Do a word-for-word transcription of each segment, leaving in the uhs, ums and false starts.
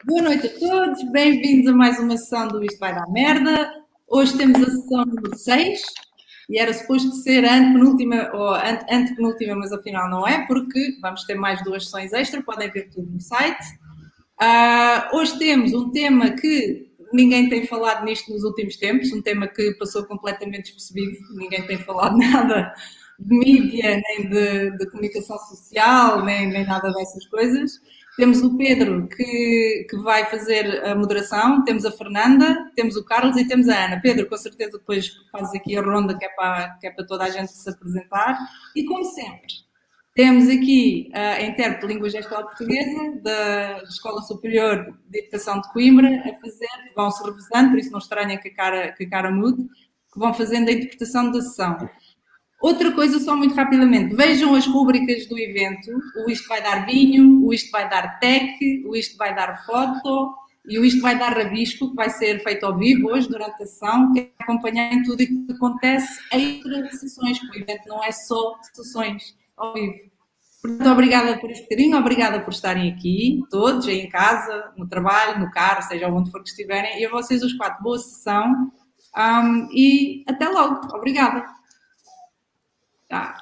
Boa noite a todos, bem-vindos a mais uma sessão do Isto Vai Dar Merda. Hoje temos a sessão número seis e era suposto ser a antepenúltima, ou ante, antepenúltima, mas afinal não é, porque vamos ter mais duas sessões extra, podem ver tudo no site. Uh, hoje temos um tema que ninguém tem falado nisto nos últimos tempos, um tema que passou completamente despercebido, ninguém tem falado nada de mídia, nem de, de comunicação social, nem, nem nada dessas coisas. Temos o Pedro, que, que vai fazer a moderação, temos a Fernanda, temos o Carlos e temos a Ana. Pedro, com certeza depois fazes aqui a ronda que é para, que é para toda a gente se apresentar. E como sempre, temos aqui a intérprete de língua gestual portuguesa da Escola Superior de Educação de Coimbra a fazer, que vão se revezando, por isso não estranha que a cara, que a cara mude, que vão fazendo a interpretação da sessão. Outra coisa, só muito rapidamente, vejam as rúbricas do evento, o Isto Vai Dar Vinho, o Isto Vai Dar Tech, o Isto Vai Dar Foto e o Isto Vai Dar Rabisco, que vai ser feito ao vivo hoje, durante a sessão, que é acompanhar tudo o que acontece entre sessões, porque o evento não é só sessões ao vivo. Portanto, obrigada por este bocadinho, obrigada por estarem aqui, todos, aí em casa, no trabalho, no carro, seja onde for que estiverem, e a vocês os quatro, boa sessão um, e até logo. Obrigada. Ah.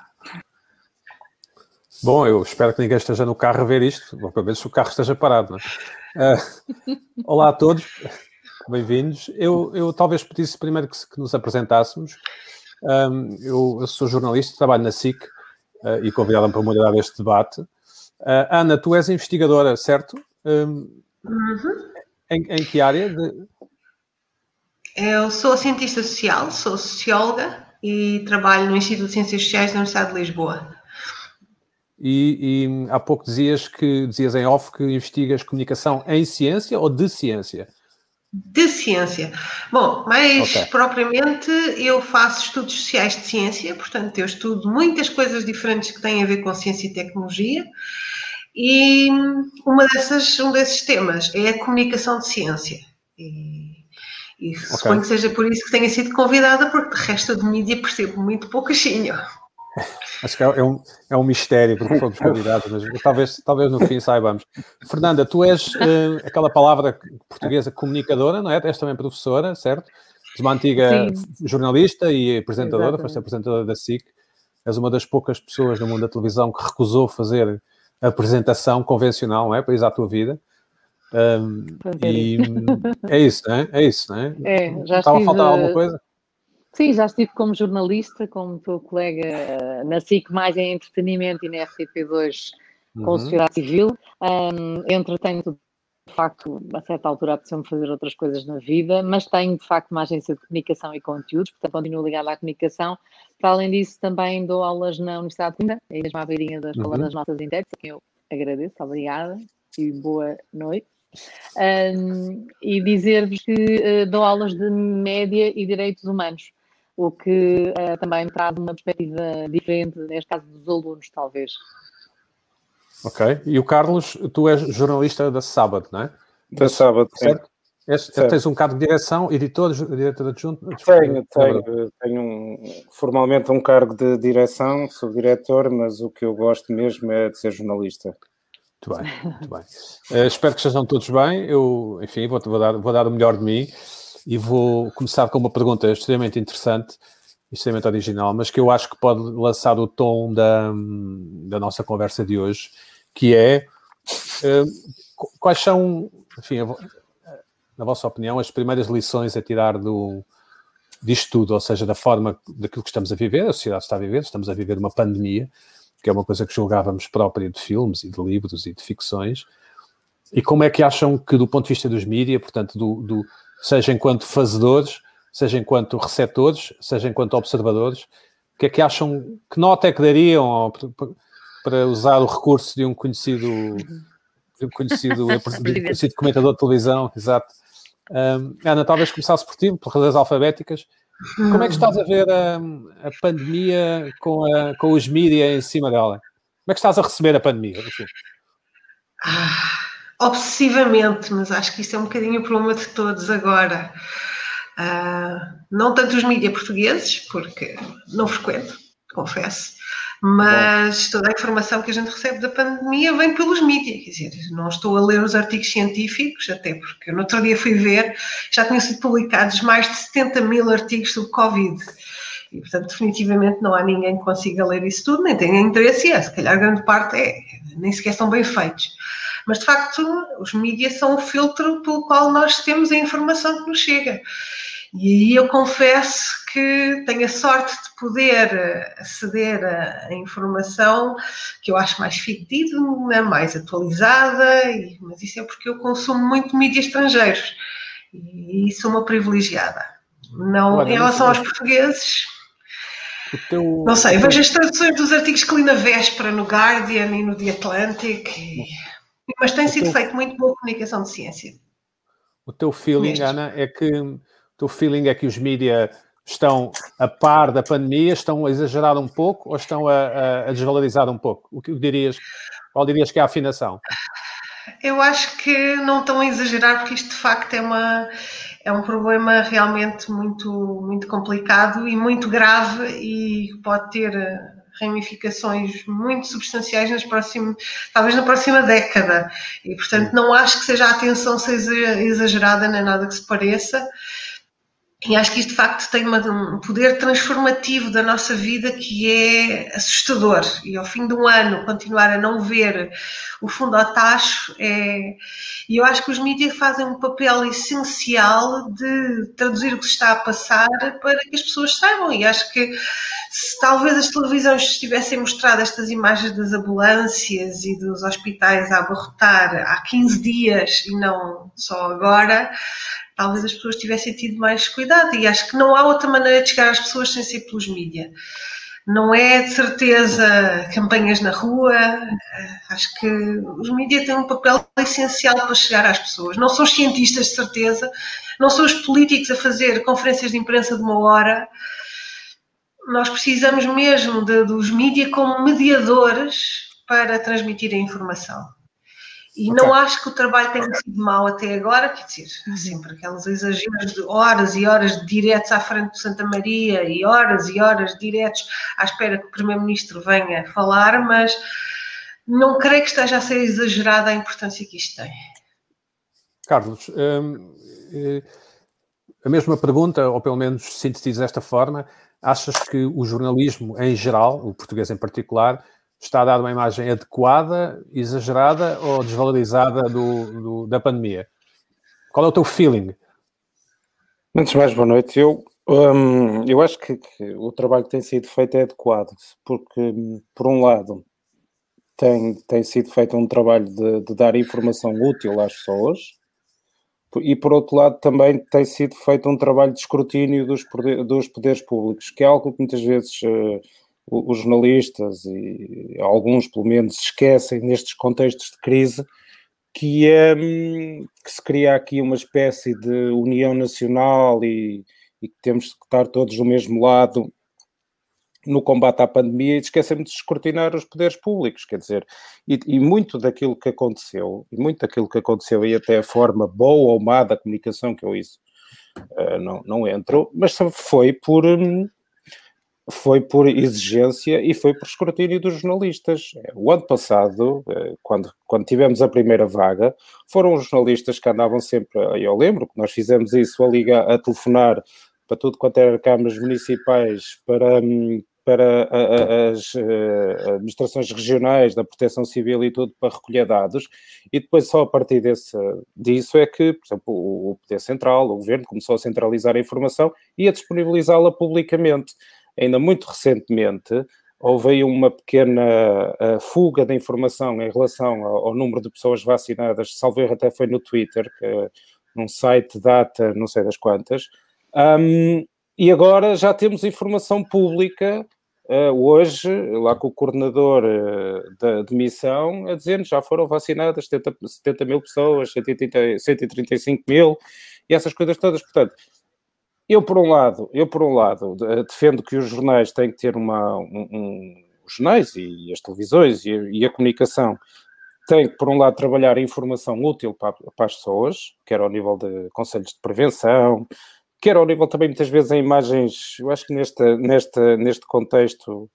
Bom, eu espero que ninguém esteja no carro a ver isto, ou pelo menos que o carro esteja parado, não é? Uh, olá a todos, bem-vindos. Eu, eu talvez pedisse primeiro que, que nos apresentássemos. Um, eu, eu sou jornalista, trabalho na S I C uh, e convidada-me para moderar este debate. Uh, Ana, tu és investigadora, certo? Um, uhum. em, em que área? De... Eu sou cientista social, sou socióloga e trabalho no Instituto de Ciências Sociais da Universidade de Lisboa. E, e há pouco dizias que dizias em off que investigas comunicação em ciência ou de ciência? De ciência. Bom, mais okay. propriamente eu faço estudos sociais de ciência, portanto eu estudo muitas coisas diferentes que têm a ver com ciência e tecnologia e uma dessas, um desses temas é a comunicação de ciência. E... E okay. Suponho que seja por isso que tenha sido convidada, porque de resto de mídia percebo muito pouquinho. Acho que é um, é um mistério porque fomos convidados, mas talvez, talvez no fim saibamos. Fernanda, tu és uh, aquela palavra portuguesa comunicadora, não é? És também professora, certo? És uma antiga Sim. jornalista e apresentadora, Exatamente. Foste apresentadora da S I C. És uma das poucas pessoas no mundo da televisão que recusou fazer a apresentação convencional, não é? Para ir à tua vida. Um, e é isso, não é? É isso, não é? É, já Estava estive... a faltar alguma coisa? Sim, já estive como jornalista, como teu colega na S I C, mais em entretenimento e na R T P dois com uhum. sociedade civil. Um, entretanto, de facto, a certa altura apeteceu-me fazer outras coisas na vida, mas tenho, de facto, uma agência de comunicação e conteúdos, portanto, continuo ligada à comunicação. Para além disso, também dou aulas na Universidade de Coimbra, aí mesmo à beirinha da Escola uhum. das Nossas Intérpretes, a quem eu agradeço, obrigada e boa noite. Um, e dizer-vos que uh, dou aulas de média e direitos humanos, o que uh, também me traz uma perspectiva diferente, neste caso dos alunos, talvez. Ok. E o Carlos, tu és jornalista da Sábado, não é? Da Sábado, certo? És, certo. Tens um cargo de direção, editor, diretor adjunto? Tenho, tenho, tenho um, formalmente um cargo de direção, sou diretor, mas o que eu gosto mesmo é de ser jornalista. Muito bem, muito bem. Uh, espero que estejam todos bem. Eu, enfim, vou, vou, dar, vou dar o melhor de mim e vou começar com uma pergunta extremamente interessante, extremamente original, mas que eu acho que pode lançar o tom da, da nossa conversa de hoje, que é uh, quais são, enfim, na vossa opinião, as primeiras lições a tirar do, disto tudo, ou seja, da forma daquilo que estamos a viver, a sociedade está a viver, estamos a viver uma pandemia, que é uma coisa que julgávamos própria de filmes e de livros e de ficções, e como é que acham que, do ponto de vista dos mídias, portanto, do, do, seja enquanto fazedores, seja enquanto receptores, seja enquanto observadores, o que é que acham, que nota é que dariam para usar o recurso de um conhecido, de um conhecido, de um conhecido comentador de televisão, exato. Um, Ana, talvez começasse por ti, por razões alfabéticas. Como é que estás a ver a, a pandemia com, a, com os mídias em cima dela? Como é que estás a receber a pandemia? Enfim. Ah, obsessivamente, mas acho que isso é um bocadinho o problema de todos agora. Ah, não tanto os mídias portugueses, porque não frequento, confesso, Mas toda a informação que a gente recebe da pandemia vem pelos mídias, quer dizer, não estou a ler os artigos científicos, até porque no outro dia fui ver, já tinham sido publicados mais de setenta mil artigos sobre Covid. E, portanto, definitivamente não há ninguém que consiga ler isso tudo, nem tenha interesse, e é, se calhar grande parte é, nem sequer são bem feitos. Mas, de facto, os mídias são o filtro pelo qual nós temos a informação que nos chega. E aí eu confesso que tenho a sorte de poder aceder a informação que eu acho mais fidedigna, mais atualizada, mas isso é porque eu consumo muito mídias estrangeiros e sou uma privilegiada. Não, Olha, em relação aos portugueses, teu, não sei, vejo teu... as traduções dos artigos que li na véspera no Guardian e no The Atlantic, e... mas tem o sido teu... feito muito boa comunicação de ciência. O teu feeling, Mesmo. Ana, é que o teu feeling é que os mídias estão a par da pandemia, estão a exagerar um pouco ou estão a, a, a desvalorizar um pouco? O que dirias, qual dirias que é a afinação? Eu acho que não estão a exagerar, porque isto de facto é, uma, é um problema realmente muito, muito complicado e muito grave e pode ter ramificações muito substanciais nas próximas, talvez na próxima década. E, portanto, não acho que seja a atenção seja exagerada nem nada que se pareça. E acho que isto, de facto, tem uma, um poder transformativo da nossa vida que é assustador. E ao fim de um ano, continuar a não ver o fundo ao tacho é... E eu acho que os mídias fazem um papel essencial de traduzir o que se está a passar para que as pessoas saibam. E acho que se talvez as televisões tivessem mostrado estas imagens das ambulâncias e dos hospitais a abarrotar há quinze dias e não só agora, talvez as pessoas tivessem tido mais cuidado, e acho que não há outra maneira de chegar às pessoas sem ser pelos mídias. Não é, de certeza, campanhas na rua, acho que os mídias têm um papel essencial para chegar às pessoas. Não são os cientistas, de certeza, não são os políticos a fazer conferências de imprensa de uma hora. Nós precisamos mesmo de, dos mídias como mediadores para transmitir a informação. E okay. Não acho que o trabalho tenha sido mau até agora, quer dizer, há sempre aqueles exageros de horas e horas de diretos à frente do Santa Maria e horas e horas de diretos à espera que o Primeiro-Ministro venha falar, mas não creio que esteja a ser exagerada a importância que isto tem. Carlos, hum, a mesma pergunta, ou pelo menos sintetizo desta forma, achas que o jornalismo em geral, o português em particular, está a dar uma imagem adequada, exagerada ou desvalorizada do, do, da pandemia? Qual é o teu feeling? Antes de mais, boa noite. Eu, hum, eu acho que, que o trabalho que tem sido feito é adequado, porque, por um lado, tem, tem sido feito um trabalho de, de dar informação útil às pessoas, e, por outro lado, também tem sido feito um trabalho de escrutínio dos, poder, dos poderes públicos, que é algo que muitas vezes... Uh, os jornalistas e alguns, pelo menos, esquecem nestes contextos de crise, que, é, que se cria aqui uma espécie de união nacional e, e que temos que estar todos do mesmo lado no combate à pandemia e esquecemos de escrutinar os poderes públicos, quer dizer, e, e muito daquilo que aconteceu, e muito daquilo que aconteceu e até a forma boa ou má da comunicação, que eu isso uh, não, não entro, mas foi por... Um, foi por exigência e foi por escrutínio dos jornalistas. O ano passado, quando, quando tivemos a primeira vaga, foram os jornalistas que andavam sempre, eu lembro que nós fizemos isso, a ligar, a telefonar para tudo quanto era câmaras municipais, para, para a, a, as a, administrações regionais da Proteção Civil e tudo, para recolher dados, e depois só a partir desse, disso é que, por exemplo, o, o Poder Central, o Governo, começou a centralizar a informação e a disponibilizá-la publicamente. Ainda muito recentemente, houve aí uma pequena uh, fuga de informação em relação ao, ao número de pessoas vacinadas, salvo erro até foi no Twitter, que, uh, num site data não sei das quantas, um, e agora já temos informação pública, uh, hoje, lá com o coordenador uh, da de missão, a dizer já foram vacinadas setenta, setenta mil pessoas, cento e trinta, cento e trinta e cinco mil, e essas coisas todas, portanto... Eu, por um lado, eu, por um lado, defendo que os jornais têm que ter uma... Um, um, os jornais e as televisões e a, e a comunicação têm que, por um lado, trabalhar a informação útil para, para as pessoas, quer ao nível de conselhos de prevenção, quer ao nível também, muitas vezes, em imagens... Eu acho que neste, neste, neste contexto,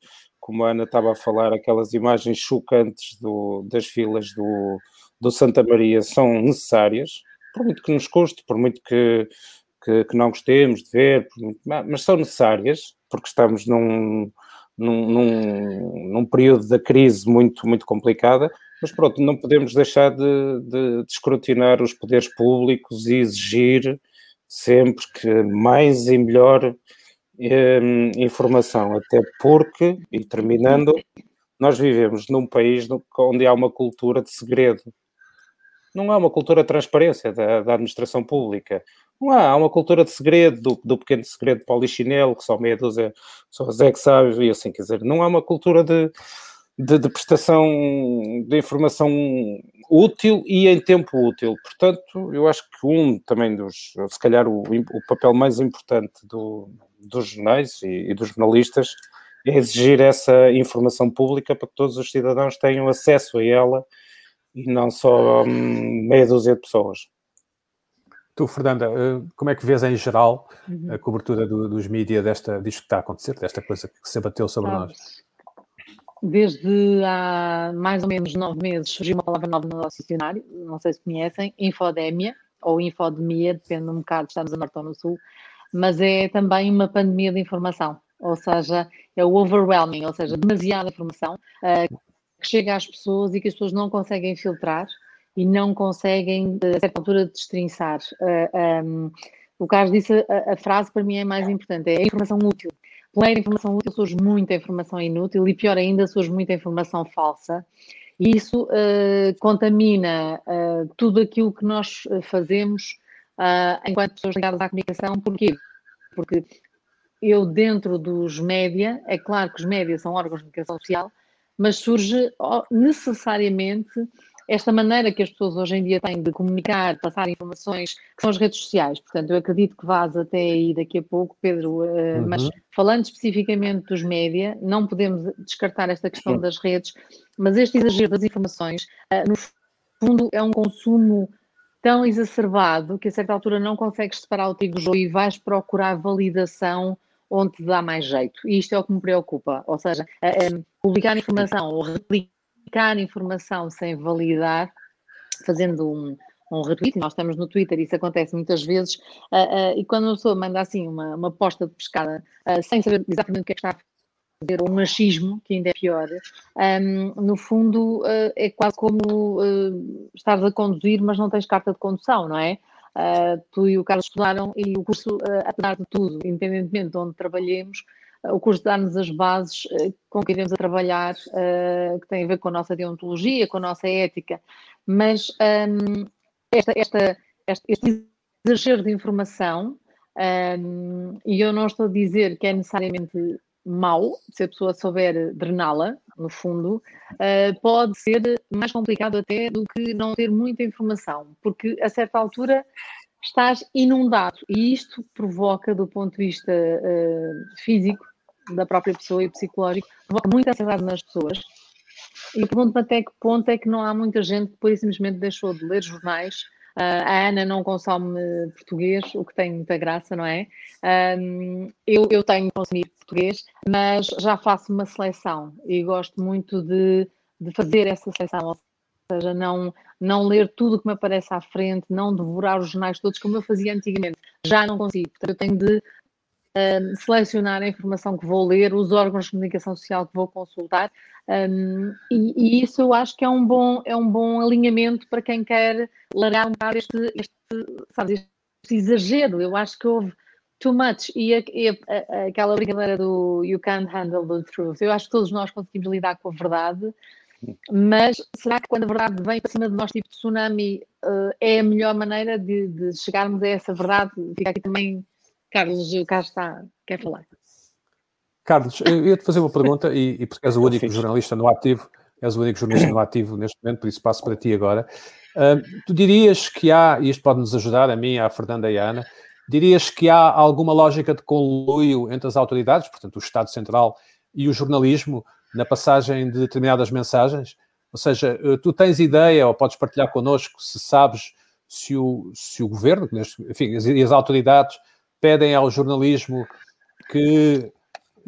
como a Ana estava a falar, aquelas imagens chocantes do, das filas do, do Santa Maria são necessárias, por muito que nos custe, por muito que, que, que não gostemos de ver, muito, mas são necessárias, porque estamos num, num, num, num período da crise muito, muito complicada, mas pronto, não podemos deixar de, de, de escrutinar os poderes públicos e exigir sempre que mais e melhor eh, informação, até porque, e terminando, nós vivemos num país onde há uma cultura de segredo. Não há uma cultura de transparência da, da administração pública. Não há, há uma cultura de segredo, do, do pequeno segredo polichinelo, que só meia dúzia, só Zé que sabe, e assim, quer dizer, não há uma cultura de... De, de prestação de informação útil e em tempo útil. Portanto, eu acho que um também dos, se calhar o, o papel mais importante do, dos jornais e, e dos jornalistas é exigir essa informação pública para que todos os cidadãos tenham acesso a ela e não só hum, meia dúzia de pessoas. Tu, Fernanda, como é que vês em geral a cobertura do, dos mídias desta, disto que está a acontecer, desta coisa que se abateu sobre ah, nós? Desde há mais ou menos nove meses surgiu uma palavra nova no nosso dicionário, não sei se conhecem, infodémia ou infodemia, depende um bocado, estamos a norte ou no sul, mas é também uma pandemia de informação, ou seja, é o overwhelming, ou seja, demasiada informação uh, que chega às pessoas e que as pessoas não conseguem filtrar e não conseguem, a certa altura, destrinçar. Uh, um, o Carlos disse, a, a frase para mim é mais importante, é a informação útil. Pela informação útil surge muita informação inútil e, pior ainda, surge muita informação falsa. E isso uh, contamina uh, tudo aquilo que nós fazemos uh, enquanto pessoas ligadas à comunicação. Porquê? Porque eu, dentro dos média, é claro que os média são órgãos de comunicação social, mas surge necessariamente esta maneira que as pessoas hoje em dia têm de comunicar, passar informações, que são as redes sociais. Portanto, eu acredito que vás até aí daqui a pouco, Pedro, uh, uhum. mas falando especificamente dos média, não podemos descartar esta questão das redes, mas este exagero das informações, uh, no fundo, é um consumo tão exacerbado que a certa altura não consegues separar o trigo do joio e vais procurar validação onde te dá mais jeito. E isto é o que me preocupa. Ou seja, uh, um, publicar informação ou replicar informação sem validar, fazendo um, um retweet, nós estamos no Twitter, isso acontece muitas vezes, uh, uh, e quando uma pessoa manda assim uma, uma posta de pescada uh, sem saber exatamente o que é que está a fazer, ou um machismo, que ainda é pior, um, no fundo uh, é quase como uh, estares a conduzir, mas não tens carta de condução, não é? Uh, tu e o Carlos estudaram e o curso, uh, apesar de tudo, independentemente de onde trabalhemos, o curso dá-nos as bases uh, com que iremos a trabalhar, uh, que tem a ver com a nossa deontologia, com a nossa ética, mas um, esta, esta, este, este exagero de informação, um, e eu não estou a dizer que é necessariamente mau, se a pessoa souber drená-la, no fundo, uh, pode ser mais complicado até do que não ter muita informação, porque a certa altura estás inundado, e isto provoca, do ponto de vista uh, físico, da própria pessoa e psicológico, provoca muita ansiedade nas pessoas. E pergunto-me até que ponto é que não há muita gente que depois simplesmente deixou de ler jornais. Uh, a Ana não consome português, o que tem muita graça, não é? Um, eu, eu tenho que consumir português, mas já faço uma seleção e gosto muito de, de fazer essa seleção, ou seja, não, não ler tudo o que me aparece à frente, não devorar os jornais todos como eu fazia antigamente. Já não consigo, portanto eu tenho de Um, selecionar a informação que vou ler, os órgãos de comunicação social que vou consultar, um, e, e isso eu acho que é um bom, é um bom alinhamento para quem quer largar um bocado este, este, sabe, este exagero. Eu acho que houve too much, e, a, e a, a, aquela brincadeira do you can't handle the truth, eu acho que todos nós conseguimos lidar com a verdade, mas será que quando a verdade vem para cima de nós, tipo tsunami, uh, é a melhor maneira de, de chegarmos a essa verdade? Fica aqui também Carlos, o Carlos está, quer falar. Carlos, eu ia-te fazer uma pergunta, e, e porque és o único jornalista no ativo, és o único jornalista no ativo neste momento, por isso passo para ti agora. Uh, tu dirias que há, e isto pode-nos ajudar, a mim, à Fernanda e à Ana, dirias que há alguma lógica de conluio entre as autoridades, portanto o Estado Central e o jornalismo, na passagem de determinadas mensagens? Ou seja, tu tens ideia, ou podes partilhar connosco, se sabes se o, se o governo, enfim, e as autoridades pedem ao jornalismo que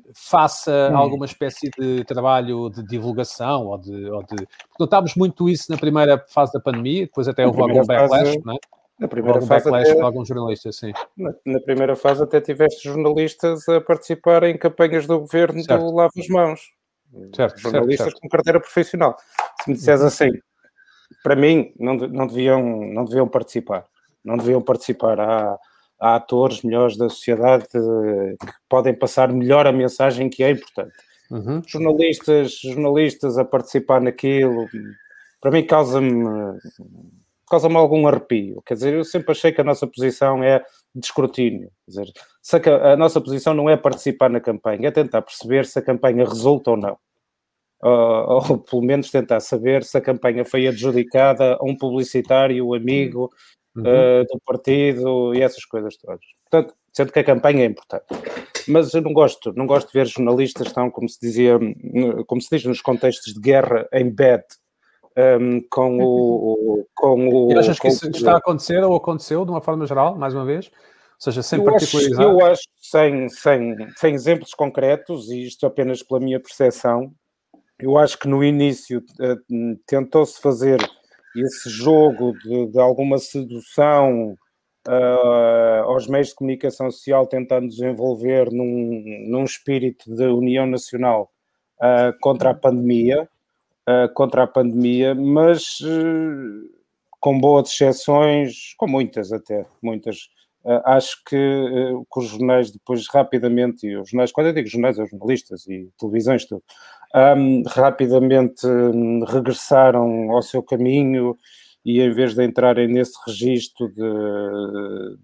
faça hum. alguma espécie de trabalho de divulgação ou de... Ou de... Notámos muito isso na primeira fase da pandemia, depois até houve algum backlash, fase, não é? Na primeira algum fase backlash até, para alguns jornalistas, sim. Na, na primeira fase até tiveste jornalistas a participar em campanhas do governo certo. do Lava as Mãos. Certo, jornalistas certo, certo. com carteira profissional. Se me disseres uhum. assim, para mim, não, não, deviam, não deviam participar. Não deviam participar. Há, há atores melhores da sociedade que podem passar melhor a mensagem que é importante. Uhum. Jornalistas, jornalistas a participar naquilo, para mim causa-me causa-me algum arrepio. Quer dizer, eu sempre achei que a nossa posição é de escrutínio. Quer dizer, se a, a nossa posição não é participar na campanha, é tentar perceber se a campanha resulta ou não. Ou, ou pelo menos tentar saber se a campanha foi adjudicada a um publicitário, amigo uhum. uh, do partido e essas coisas todas. Portanto, sendo que a campanha é importante. Mas eu não gosto, não gosto de ver jornalistas tão, como se dizia, como se diz nos contextos de guerra, em bed, um, com o... Com o e achas com que isso está a acontecer ou aconteceu de uma forma geral, mais uma vez? Ou seja, sem eu particularizar? Acho, eu acho, sem, sem, sem exemplos concretos, e isto apenas pela minha percepção, eu acho que no início uh, tentou-se fazer esse jogo de, de alguma sedução uh, aos meios de comunicação social, tentando desenvolver num, num espírito de união nacional uh, contra a pandemia, uh, contra a pandemia, mas uh, com boas exceções, com muitas até, muitas. Uh, acho que, uh, que os jornais depois rapidamente, e os jornais, quando eu digo jornais, é jornalistas e televisões, tudo, um, rapidamente um, regressaram ao seu caminho e em vez de entrarem nesse registro de,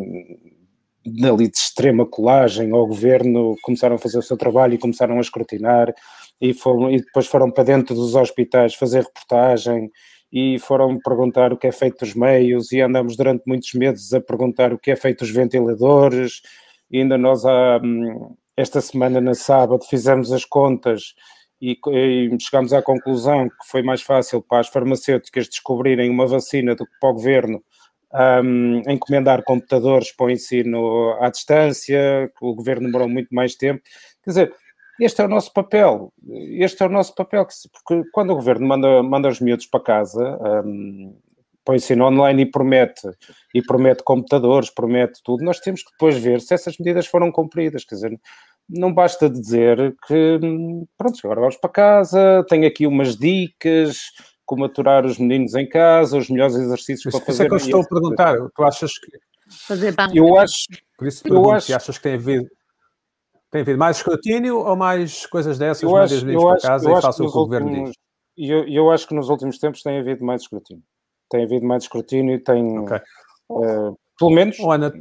de, de, de, de extrema colagem ao governo, começaram a fazer o seu trabalho e começaram a escrutinar e, foram, e depois foram para dentro dos hospitais fazer reportagem e foram perguntar o que é feito dos meios e andamos durante muitos meses a perguntar o que é feito dos ventiladores e ainda nós há, esta semana na sábado fizemos as contas e, e chegámos à conclusão que foi mais fácil para as farmacêuticas descobrirem uma vacina do que para o governo um, encomendar computadores para o ensino à distância, que o governo demorou muito mais tempo. Quer dizer, este é o nosso papel, este é o nosso papel, porque quando o governo manda, manda os miúdos para casa, um, para o ensino online e promete, e promete computadores, promete tudo, nós temos que depois ver se essas medidas foram cumpridas, quer dizer, não basta dizer que, pronto, agora vamos para casa, tenho aqui umas dicas, como aturar os meninos em casa, os melhores exercícios isso, para fazer. Isso é que eu estou a perguntar, tu achas que... Fazer bem. Eu acho... Por isso te pergunto, eu acho... se achas que tem havido... Tem havido mais escrutínio ou mais coisas dessas, eu mandem acho, os meninos para casa e façam o que o últimos, governo diz? Eu, eu acho que nos últimos tempos tem havido mais escrutínio. Tem havido mais escrutínio, tem... Okay. Uh, pelo menos... Oh, Ana...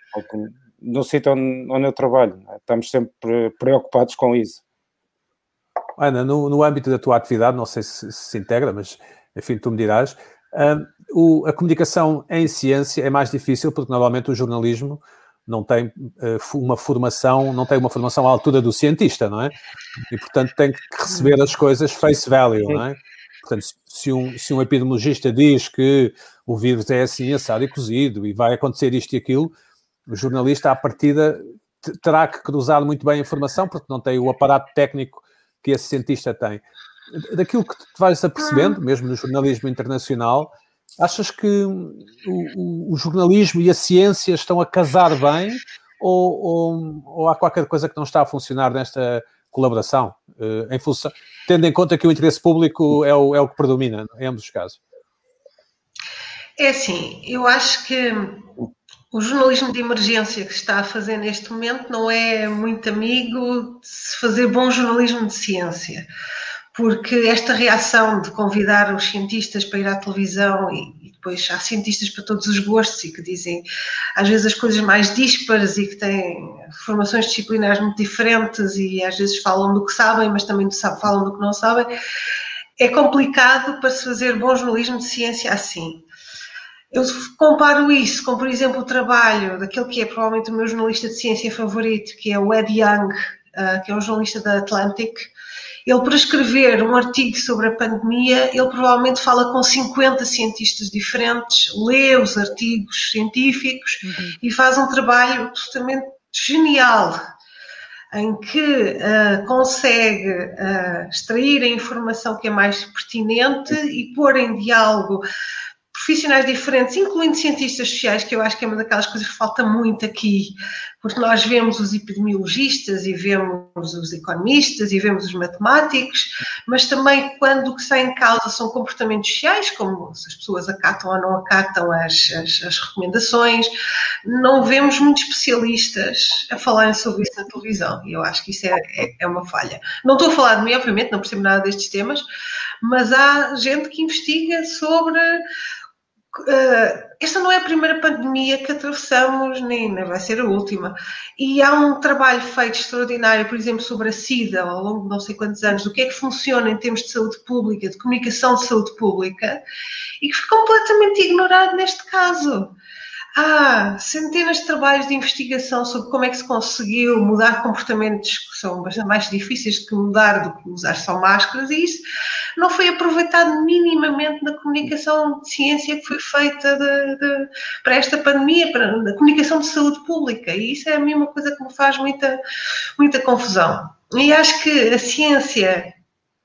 no sítio onde, onde eu trabalho, né? Estamos sempre preocupados com isso. Ana, no, no âmbito da tua atividade, não sei se, se se integra, mas enfim, tu me dirás, um, o, a comunicação em ciência é mais difícil porque normalmente o jornalismo não tem uh, uma formação, não tem uma formação à altura do cientista, não é? E portanto tem que receber as coisas face value, não é? Portanto, se um, se um epidemiologista diz que o vírus é assim, assado e cozido e vai acontecer isto e aquilo, o jornalista, à partida, terá que cruzar muito bem a informação, porque não tem o aparato técnico que esse cientista tem. Daquilo que tu vais apercebendo, mesmo no jornalismo internacional, achas que o, o, o jornalismo e a ciência estão a casar bem ou, ou, ou há qualquer coisa que não está a funcionar nesta colaboração, em função, tendo em conta que o interesse público é o, é o que predomina em ambos os casos? É assim, eu acho que o jornalismo de emergência que se está a fazer neste momento não é muito amigo de se fazer bom jornalismo de ciência, porque esta reação de convidar os cientistas para ir à televisão e, e depois há cientistas para todos os gostos e que dizem às vezes as coisas mais díspares e que têm formações disciplinares muito diferentes e às vezes falam do que sabem, mas também falam do que não sabem, é complicado para se fazer bom jornalismo de ciência assim. Eu comparo isso com, por exemplo, o trabalho daquele que é provavelmente o meu jornalista de ciência favorito, que é o Ed Young, uh, que é um jornalista da Atlantic. Ele, para escrever um artigo sobre a pandemia, ele provavelmente fala com cinquenta cientistas diferentes, lê os artigos científicos uhum. e faz um trabalho absolutamente genial. em que uh, consegue uh, extrair a informação que é mais pertinente e pôr em diálogo profissionais diferentes, incluindo cientistas sociais, que eu acho que é uma daquelas coisas que falta muito aqui, porque nós vemos os epidemiologistas e vemos os economistas e vemos os matemáticos, mas também quando o que está em causa são comportamentos sociais, como se as pessoas acatam ou não acatam as, as, as recomendações, não vemos muitos especialistas a falarem sobre isso na televisão, e eu acho que isso é, é, é uma falha. Não estou a falar de mim, obviamente, não percebo nada destes temas, mas há gente que investiga sobre... Uh, esta não é a primeira pandemia que atravessamos, nem, nem vai ser a última. E há um trabalho feito extraordinário, por exemplo, sobre a SIDA, ao longo de não sei quantos anos, do que é que funciona em termos de saúde pública, de comunicação de saúde pública, e que foi completamente ignorado neste caso. Há centenas de trabalhos de investigação sobre como é que se conseguiu mudar comportamentos que são bastante mais difíceis de mudar do que usar só máscaras, e isso não foi aproveitado minimamente na comunicação de ciência que foi feita de, de, para esta pandemia, para a comunicação de saúde pública, e isso é a mesma coisa que me faz muita, muita confusão. E acho que a ciência...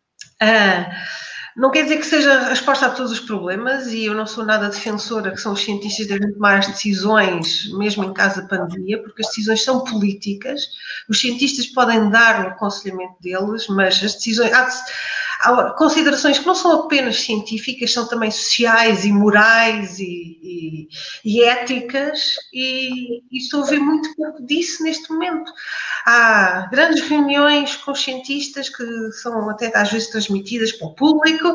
Ah, não quer dizer que seja a resposta a todos os problemas, e eu não sou nada defensora que são os cientistas devem tomar as decisões, mesmo em caso da pandemia, porque as decisões são políticas. Os cientistas podem dar o aconselhamento deles, mas as decisões... Há, há considerações que não são apenas científicas, são também sociais e morais e, e, e éticas, e, e estou a ver muito pouco disso neste momento. Há grandes reuniões com os cientistas que são até às vezes transmitidas para o público,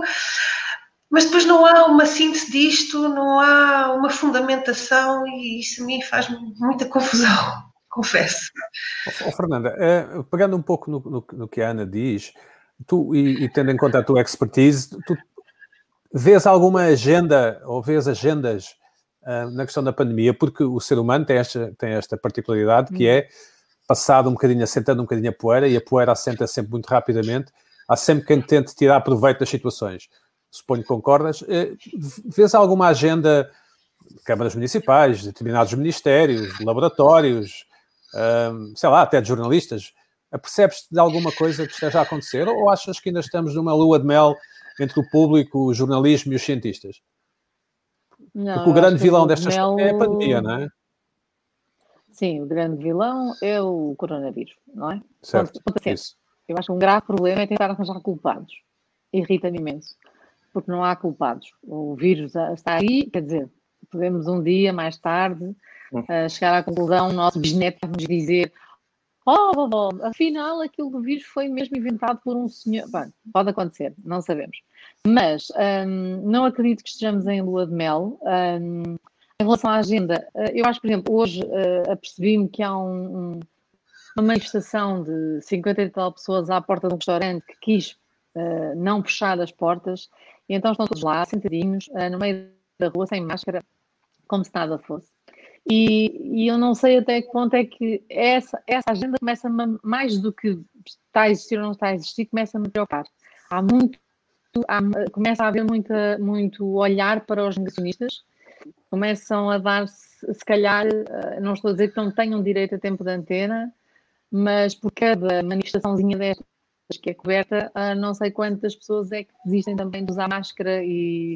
mas depois não há uma síntese disto, não há uma fundamentação, e isso a mim faz muita confusão, confesso. Oh, oh, Fernanda, uh, pegando um pouco no, no, no que a Ana diz, tu, e, e tendo em conta a tua expertise, tu vês alguma agenda, ou vês agendas uh, na questão da pandemia, porque o ser humano tem esta, tem esta particularidade que é, passado um bocadinho, assentando um bocadinho a poeira, e a poeira assenta sempre muito rapidamente, há sempre quem tente tirar proveito das situações. Suponho que concordas. Vês alguma agenda de câmaras municipais, de determinados ministérios, de laboratórios, um, sei lá, até de jornalistas? Percebes-te de alguma coisa que esteja a acontecer, ou achas que ainda estamos numa lua de mel entre o público, o jornalismo e os cientistas? Não, porque o grande vilão desta história mel... é a pandemia, não é? Sim, o grande vilão é o coronavírus, não é? Certo, Ponto, isso. Eu acho que um grave problema é tentar arranjar culpados. Irrita-me imenso, porque não há culpados. O vírus está aí, quer dizer, podemos um dia, mais tarde, uh, chegar à conclusão, o nosso bisneto vai nos dizer oh, vovó, afinal aquilo do vírus foi mesmo inventado por um senhor. Bom, pode acontecer, não sabemos. Mas um, não acredito que estejamos em lua de mel. Um, Em relação à agenda, eu acho, por exemplo, hoje uh, apercebi-me que há um, um, uma manifestação de cinquenta e tal pessoas à porta de um restaurante que quis uh, não fechar as portas, e então estão todos lá, sentadinhos, uh, no meio da rua, sem máscara, como se nada fosse. E, e eu não sei até que ponto é que essa, essa agenda começa, a, mais do que está a existir ou não está a existir, começa a me preocupar. Há muito, há, começa a haver muita, muito olhar para os negacionistas, começam a dar-se, se calhar, não estou a dizer que não tenham direito a tempo de antena, mas por cada manifestaçãozinha destas que é coberta, não sei quantas pessoas é que desistem também de usar máscara e,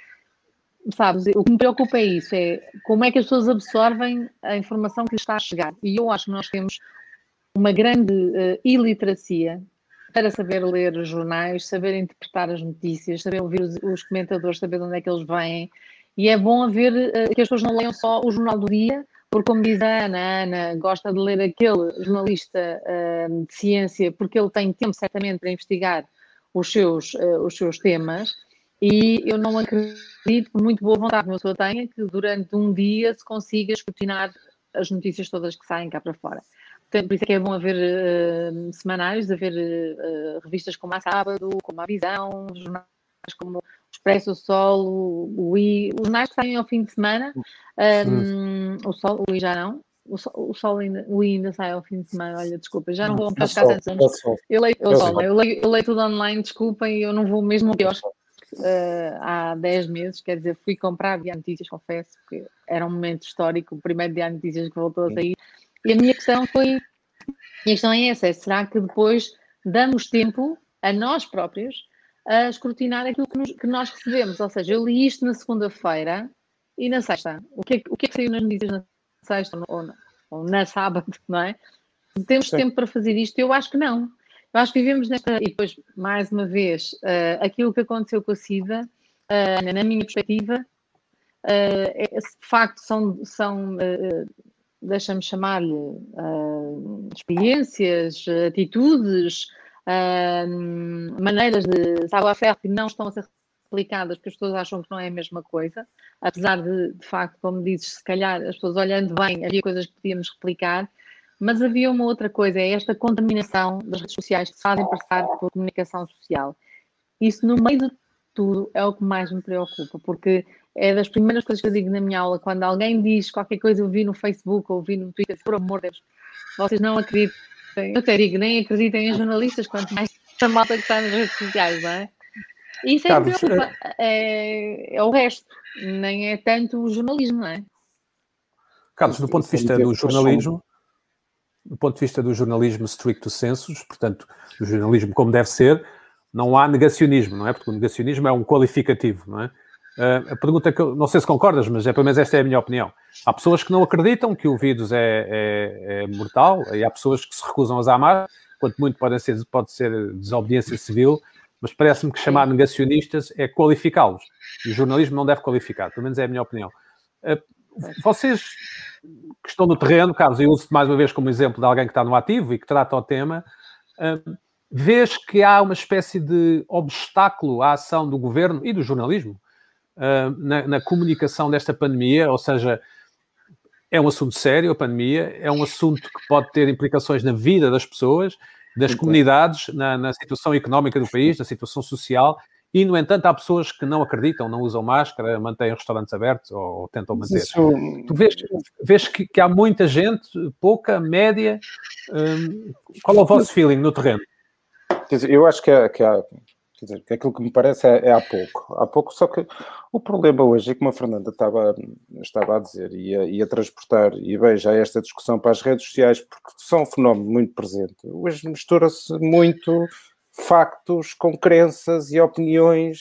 sabes, o que me preocupa é isso, é como é que as pessoas absorvem a informação que lhes está a chegar. E eu acho que nós temos uma grande uh, iliteracia para saber ler os jornais, saber interpretar as notícias, saber ouvir os, os comentadores, saber de onde é que eles vêm. E é bom haver uh, que as pessoas não leiam só o Jornal do Dia, porque, como diz a Ana, a Ana gosta de ler aquele jornalista uh, de ciência, porque ele tem tempo, certamente, para investigar os seus, uh, os seus temas, e eu não acredito, por muito boa vontade que a pessoa tenha, que durante um dia se consiga escrutinar as notícias todas que saem cá para fora. Portanto, por isso é que é bom haver uh, semanários, haver uh, revistas como a Sábado, como a Visão, jornais como Expresso, o Sol, o, o I, os jornais que saem ao fim de semana, um, o Sol, o I já não, o Sol, o, Sol ainda, o I ainda sai ao fim de semana, olha, desculpa, já não vou para ficar tantos anos, eu leio, eu, eu, eu, leio, eu leio tudo online, desculpem, eu não vou mesmo ao quiosque uh, há dez meses, quer dizer, fui comprar Diário de Notícias, confesso, porque era um momento histórico, o primeiro Diário de Notícias que voltou a sair, e a minha questão foi, E a questão é essa, é, será que depois damos tempo a nós próprios a escrutinar aquilo que, nos, que nós recebemos? Ou seja, eu li isto na segunda-feira e na sexta. O que, é, o que é que saiu nas notícias na sexta ou na, ou na sábado, não é? Temos Sim. tempo para fazer isto? Eu acho que não. Eu acho que vivemos nesta... E depois, mais uma vez, uh, aquilo que aconteceu com a SIDA, uh, na minha perspectiva, uh, é, de facto, são... são uh, deixa-me chamar-lhe, uh, experiências, atitudes, uh, maneiras de savoir-faire que não estão a ser aplicadas porque as pessoas acham que não é a mesma coisa, apesar de, de facto, como dizes, se calhar as pessoas olhando bem, havia coisas que podíamos replicar, mas havia uma outra coisa, é esta contaminação das redes sociais que se fazem passar por comunicação social. Isso, no meio de tudo, é o que mais me preocupa, porque é das primeiras coisas que eu digo na minha aula, quando alguém diz qualquer coisa, eu vi no Facebook ou vi no Twitter, por amor de Deus, vocês não acreditem, eu até digo, nem acreditem em jornalistas, quanto mais a malta que está nas redes sociais, não é? E isso é, Carlos, preocupa, é, é o resto, nem é tanto o jornalismo, não é? Carlos, do ponto de vista do jornalismo, do ponto de vista do jornalismo stricto sensus, portanto, do jornalismo como deve ser, não há negacionismo, não é? Porque o negacionismo é um qualificativo, não é? Uh, a pergunta que eu, não sei se concordas, mas é, pelo menos esta é a minha opinião. Há pessoas que não acreditam que o vírus é, é, é mortal e há pessoas que se recusam a usar máscara, quanto muito pode ser, pode ser desobediência civil, mas parece-me que chamar negacionistas é qualificá-los. E o jornalismo não deve qualificar, pelo menos é a minha opinião. Uh, vocês que estão no terreno, Carlos, eu uso-te mais uma vez como exemplo de alguém que está no ativo e que trata o tema, uh, vês que há uma espécie de obstáculo à ação do governo e do jornalismo uh, na, na comunicação desta pandemia, ou seja, é um assunto sério a pandemia, é um assunto que pode ter implicações na vida das pessoas, das Muito comunidades, na, na situação económica do país, na situação social, e, no entanto, há pessoas que não acreditam, não usam máscara, mantêm restaurantes abertos ou, ou tentam manter. Isso... Tu vês, vês que, que há muita gente, pouca, média. Um, qual é o vosso feeling no terreno? Quer dizer, eu acho que, é, que, há, quer dizer, que aquilo que me parece é, é há pouco. Há pouco, só que o problema hoje é como a Fernanda estava, estava a dizer e a, e a transportar, e bem, já esta discussão para as redes sociais, porque são um fenómeno muito presente. Hoje mistura-se muito factos com crenças e opiniões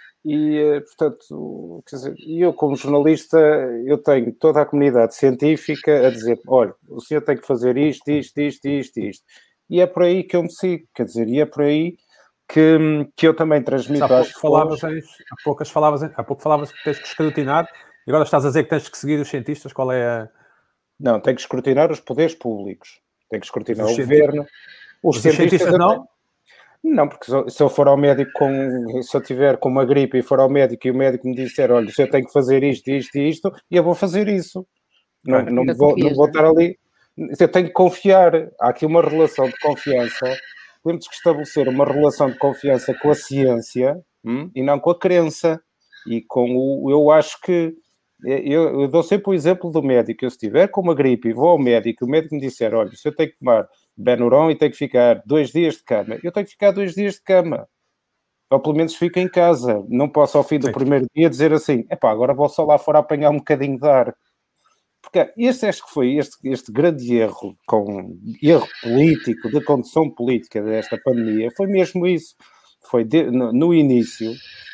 e, portanto, quer dizer, eu como jornalista, eu tenho toda a comunidade científica a dizer, olha, o senhor tem que fazer isto, isto, isto, isto, isto. E é por aí que eu me sigo, quer dizer, e é por aí que, que eu também transmito há às falavas, pessoas... Há, poucas falavas, há pouco falavas que tens que escrutinar, e agora estás a dizer que tens que seguir os cientistas, qual é a... Não, tem que escrutinar os poderes públicos, tem que escrutinar o governo. Os, os cientistas, cientistas não? Não, porque se eu for ao médico com... Se eu tiver com uma gripe e for ao médico e o médico me disser, olha, você tem que fazer isto, isto e isto, e eu vou fazer isso. Não, não, não, vou, não vou estar ali... Eu tenho que confiar. Há aqui uma relação de confiança. Temos que estabelecer uma relação de confiança com a ciência hum, e não com a crença. E com o... Eu acho que... Eu, eu dou sempre o exemplo do médico. Eu, se estiver com uma gripe e vou ao médico, o médico me disser, olha, se eu tenho que tomar Benuron e tenho que ficar dois dias de cama, eu tenho que ficar dois dias de cama. Ou pelo menos fico em casa. Não posso, ao fim do Sim. primeiro dia, dizer assim, epá, agora vou só lá fora apanhar um bocadinho de ar. Porque este acho que foi este, este grande erro, com erro político, de condução política desta pandemia, foi mesmo isso. Foi de, no, no início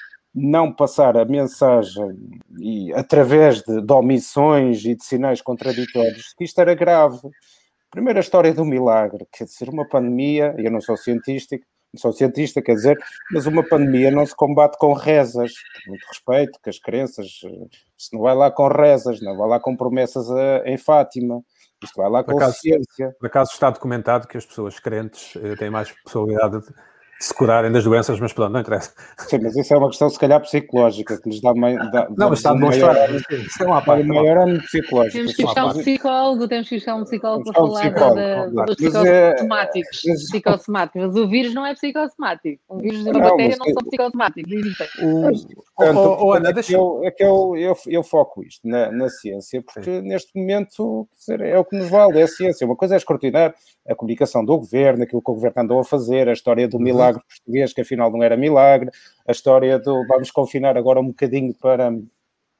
não passar a mensagem e, através de, de omissões e de sinais contraditórios, que isto era grave. Primeira história do milagre, quer dizer, uma pandemia, eu não sou cientista, não sou cientista, quer dizer, mas uma pandemia não se combate com rezas, com muito respeito, que as crenças, isto não vai lá com rezas, não vai lá com promessas a, em Fátima, isto vai lá com acaso, ciência. Por acaso está documentado que as pessoas crentes têm mais possibilidade de se curarem das doenças, mas pronto, não interessa. Sim, mas isso é uma questão, se calhar, psicológica, que lhes dá... Mai, dá não, mas está demonstrado. Isso é uma parte maior ânimo psicológico. Temos que buscar um psicólogo, temos que buscar um psicólogo para falar psicólogo, da, claro. dos psicossomáticos. É, mas... psicossomáticos. Mas o vírus não é psicossomático. Um vírus e uma não, bactéria não são psicossomáticos. Portanto, oh, oh, Ana, é que, eu, é que eu, eu, eu foco isto na, na ciência, porque Sim. neste momento quer dizer, é o que nos vale, é a ciência. Uma coisa é escrutinar a comunicação do governo, aquilo que o governo andou a fazer, a história do milagre português, que afinal não era milagre, a história do vamos confinar agora um bocadinho para,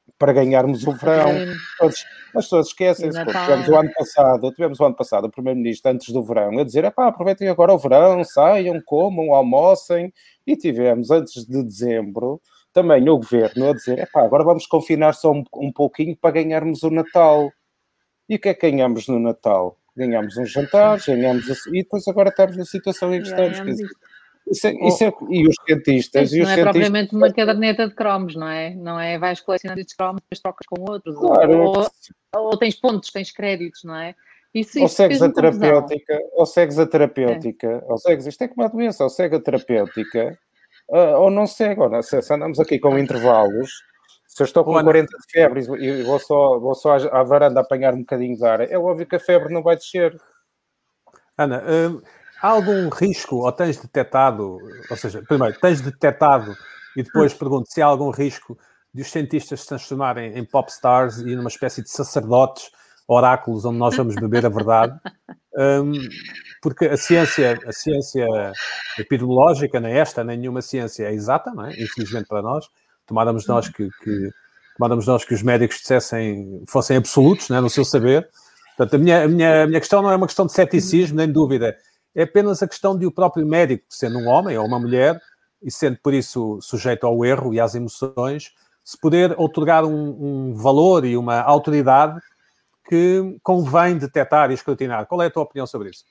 para ganharmos o verão. Todos, as pessoas esquecem-se. Tivemos o ano passado, tivemos o ano passado, o primeiro-ministro, antes do verão, a dizer, epá, aproveitem agora o verão, saiam, comam, almocem. E tivemos, antes de dezembro, também o governo a dizer, epá, agora vamos confinar só um, um pouquinho para ganharmos o Natal. E o que é que ganhamos no Natal? Ganhamos uns jantares, ganhamos... E depois agora estamos na situação em que estamos. Isso é, isso é, e os cientistas... Isso e os não é cientistas, propriamente uma caderneta de cromos, não é? Não é, vais colecionando estes cromos, depois trocas com outros. Claro. Ou, ou tens pontos, tens créditos, não é? Isso, ou isso segues a terapêutica, confusão. ou segues a terapêutica, é. ou segues... Isto é como a doença, ou segue a terapêutica, uh, ou não segue. Ou não, se, se andamos aqui com intervalos... Se eu estou com Olha. quarenta de febre e vou só, vou só à varanda apanhar um bocadinho de ar, é óbvio que a febre não vai descer. Ana, hum, há algum risco, ou tens detectado, ou seja, primeiro, tens detectado e depois pergunto se há algum risco de os cientistas se transformarem em popstars e numa espécie de sacerdotes, oráculos, onde nós vamos beber a verdade? Um, porque a ciência, a ciência epidemiológica, nem esta, nem nenhuma ciência é exata, não é? Infelizmente para nós. Tomáramos nós que, que, tomáramos nós que os médicos dissessem, fossem absolutos, né, no seu saber. Portanto, a minha, a, minha, a minha questão não é uma questão de ceticismo, nem de dúvida. É apenas a questão de o próprio médico, sendo um homem ou uma mulher, e sendo por isso sujeito ao erro e às emoções, se poder outorgar um, um valor e uma autoridade que convém detectar e escrutinar. Qual é a tua opinião sobre isso?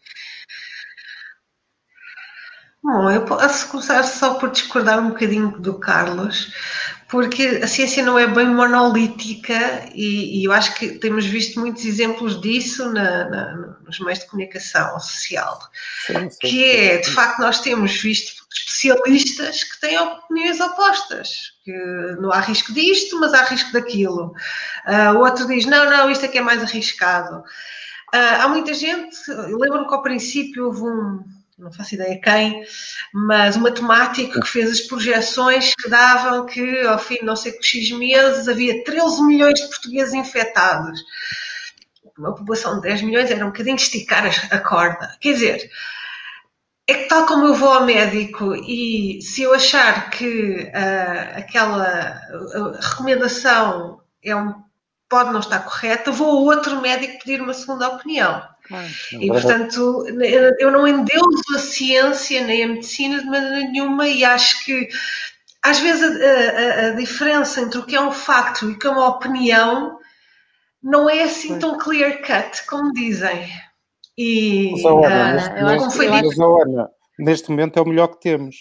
Bom, eu posso começar só por discordar um bocadinho do Carlos, porque a ciência não é bem monolítica e, e eu acho que temos visto muitos exemplos disso na, na, nos meios de comunicação social, sim, sim, que é, de facto, nós temos visto especialistas que têm opiniões opostas, que não há risco disto, mas há risco daquilo. Uh, o outro diz, não, não, isto é que é mais arriscado. Uh, há muita gente, eu lembro-me que ao princípio houve um... não faço ideia quem, mas um matemático que fez as projeções que davam que ao fim de não sei que X meses havia treze milhões de portugueses infectados. Uma população de dez milhões era um bocadinho esticar a corda. Quer dizer, é que tal como eu vou ao médico e se eu achar que uh, aquela uh, recomendação é um, pode não estar correta, vou a outro médico pedir uma segunda opinião. E, portanto, eu não endeuso a ciência nem a medicina de maneira nenhuma e acho que, às vezes, a, a, a diferença entre o que é um facto e o que é uma opinião não é assim tão clear cut, como dizem. E, mas, oh, Ana, neste, uh, neste, foi mas, oh, Ana, neste momento é o melhor que temos.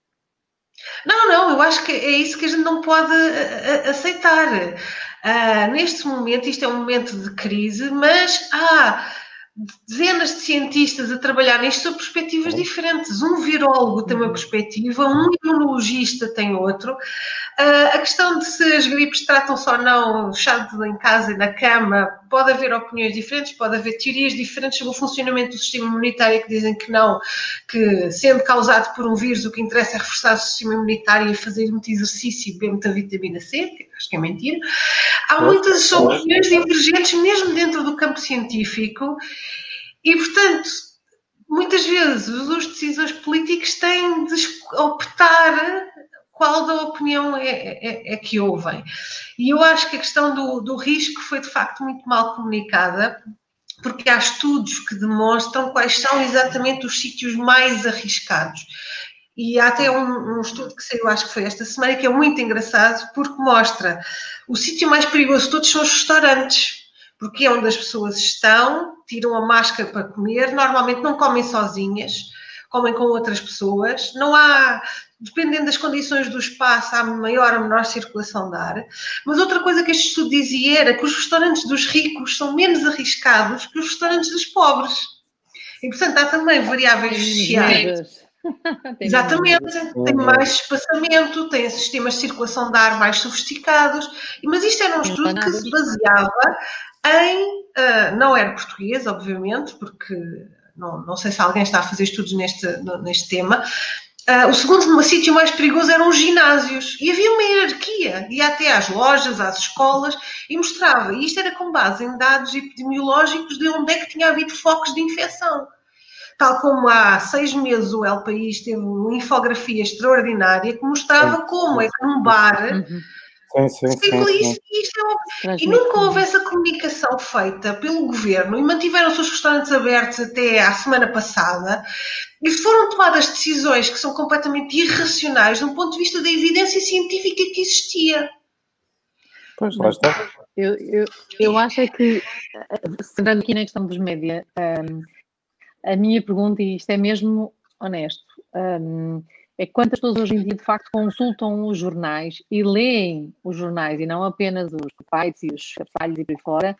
Não, não, eu acho que é isso que a gente não pode aceitar. Uh, neste momento, isto é um momento de crise, mas há dezenas de cientistas a trabalhar nisto sob perspectivas diferentes. Um virólogo tem uma perspectiva, um imunologista tem outro. Uh, a questão de se as gripes tratam-se ou não fechado em casa e na cama, pode haver opiniões diferentes, pode haver teorias diferentes sobre o funcionamento do sistema imunitário que dizem que não, que sendo causado por um vírus o que interessa é reforçar o sistema imunitário e fazer muito exercício e beber muita vitamina C, que acho que é mentira. Há muitas opiniões divergentes mesmo dentro do campo científico e, portanto, muitas vezes os decisores políticos têm de optar qual da opinião é, é, é que ouvem. E eu acho que a questão do, do risco foi, de facto, muito mal comunicada, porque há estudos que demonstram quais são exatamente os sítios mais arriscados. E há até um, um estudo que saiu, acho que foi esta semana, que é muito engraçado, porque mostra o sítio mais perigoso de todos são os restaurantes, porque é onde as pessoas estão, tiram a máscara para comer, normalmente não comem sozinhas, comem com outras pessoas, não há, dependendo das condições do espaço, há maior ou menor circulação de ar. Mas outra coisa que este estudo dizia era que os restaurantes dos ricos são menos arriscados que os restaurantes dos pobres. E, portanto, há também variáveis sociais. Exatamente, tem mais espaçamento, tem sistemas de circulação de ar mais sofisticados, mas isto era um estudo que se baseava em, uh, não era português, obviamente, porque não, não sei se alguém está a fazer estudos neste, neste tema. Uh, o segundo sítio mais perigoso eram os ginásios, e havia uma hierarquia, ia até às lojas, às escolas, e mostrava, e isto era com base em dados epidemiológicos de onde é que tinha havido focos de infecção. Tal como há seis meses o El País teve uma infografia extraordinária que mostrava sim, como é que num bar... Sim, sim, sim, sim. Isto, houve, e nunca houve essa comunicação feita pelo governo e mantiveram os seus restaurantes abertos até à semana passada e foram tomadas decisões que são completamente irracionais do ponto de vista da evidência científica que existia. Pois, lá está. Eu, eu, eu acho é que, centrando aqui na questão dos média, um, a minha pergunta, e isto é mesmo honesto, um, é quantas pessoas hoje em dia de facto consultam os jornais e leem os jornais e não apenas os sites e os falhos e por aí fora,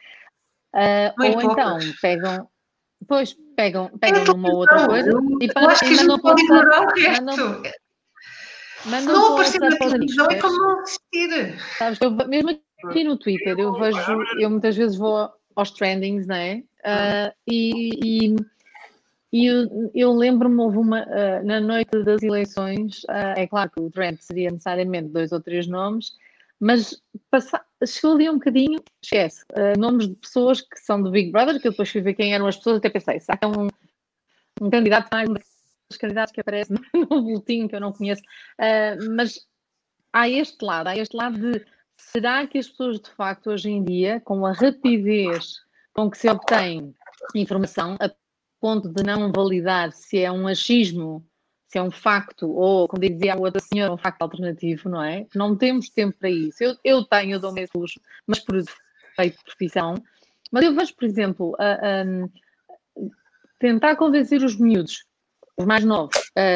uh, ou poucas. então pegam, depois pegam, pegam uma outra coisa eu, e, eu para, acho que e a mandam gente pode para ignorar o mandam, resto. mandam Se não aparecer para na para os amigos, televisão é percebes? como não existir. Sabes, eu, mesmo aqui no Twitter, eu vejo, eu muitas vezes vou aos trendings, não é? Uh, e, e, e eu, eu lembro-me, houve uma, uh, na noite das eleições, uh, é claro que o trend seria necessariamente dois ou três nomes, mas passa, chegou ali um bocadinho, esquece, uh, nomes de pessoas que são do Big Brother, que eu depois fui ver quem eram as pessoas, até pensei, será que é um, um candidato mais um daqueles candidatos que aparece no boletim que eu não conheço, uh, mas há este lado, há este lado de será que as pessoas de facto hoje em dia, com a rapidez com que se obtém informação, a ponto de não validar se é um achismo, se é um facto, ou, como dizia a outra senhora, um facto alternativo, não é? Não temos tempo para isso. Eu, eu tenho, eu dou-me esse luxo, mas por defeito de profissão. Mas eu vejo, por exemplo, a, a, tentar convencer os miúdos, os mais novos,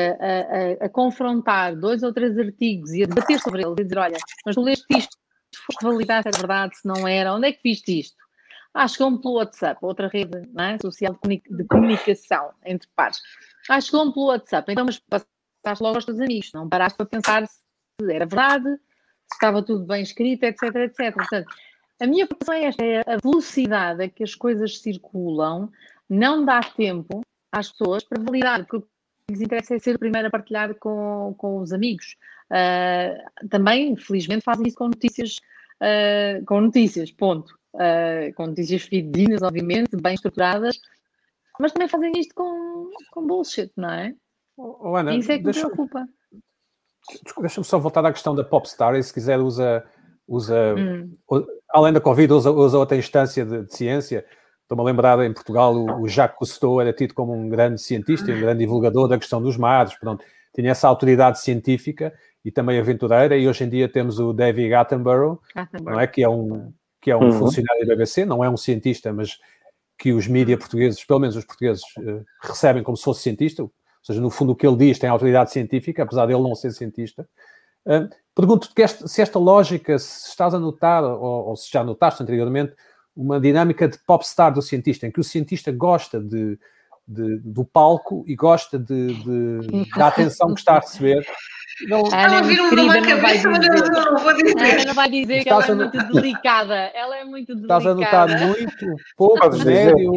a, a, a confrontar dois ou três artigos e a debater sobre eles e dizer, olha, mas tu leste isto, foste validar se é verdade, se não era, onde é que viste isto? Ah, chegou-me pelo WhatsApp, outra rede, não é? Social de, comunica de comunicação entre pares. Ah, chegou-me pelo WhatsApp, então mas passaste logo aos teus amigos, não paraste para pensar se era verdade, se estava tudo bem escrito, etc, etcétera. Portanto, a minha preocupação é esta, é a velocidade a que as coisas circulam, não dá tempo às pessoas para validar, porque o que lhes interessa é ser o primeiro a partilhar com, com os amigos. Uh, também, felizmente, fazem isso com notícias, uh, com notícias, ponto. Uh, com notícias fidedignas, obviamente, bem estruturadas, mas também fazem isto com, com bullshit, não é? Oh, Ana, isso é que deixa, me preocupa. Deixa-me só voltar à questão da Popstar, e se quiser usa, usa hum. além da Covid, usa, usa outra instância de, de ciência. Estou-me a lembrar, em Portugal, o, o Jacques Cousteau era tido como um grande cientista, um grande divulgador da questão dos mares, pronto, tinha essa autoridade científica e também aventureira, e hoje em dia temos o David Attenborough, Attenborough. Não é? Que é um, que é um uhum. funcionário da B B C, não é um cientista, mas que os mídias portugueses, pelo menos os portugueses, uh, recebem como se fosse cientista, ou seja, no fundo o que ele diz tem autoridade científica, apesar de ele não ser cientista. Uh, Pergunto-te se esta lógica, se estás a notar, ou, ou se já notaste anteriormente, uma dinâmica de popstar do cientista, em que o cientista gosta de, de, do palco e gosta de, de, da atenção que está a receber. Não, Ana, é querida, não, não vai dizer. Não, não vou dizer. Ana não vai dizer que ela é muito delicada. Ela é muito delicada. Estás a notar muito, pouco, médio.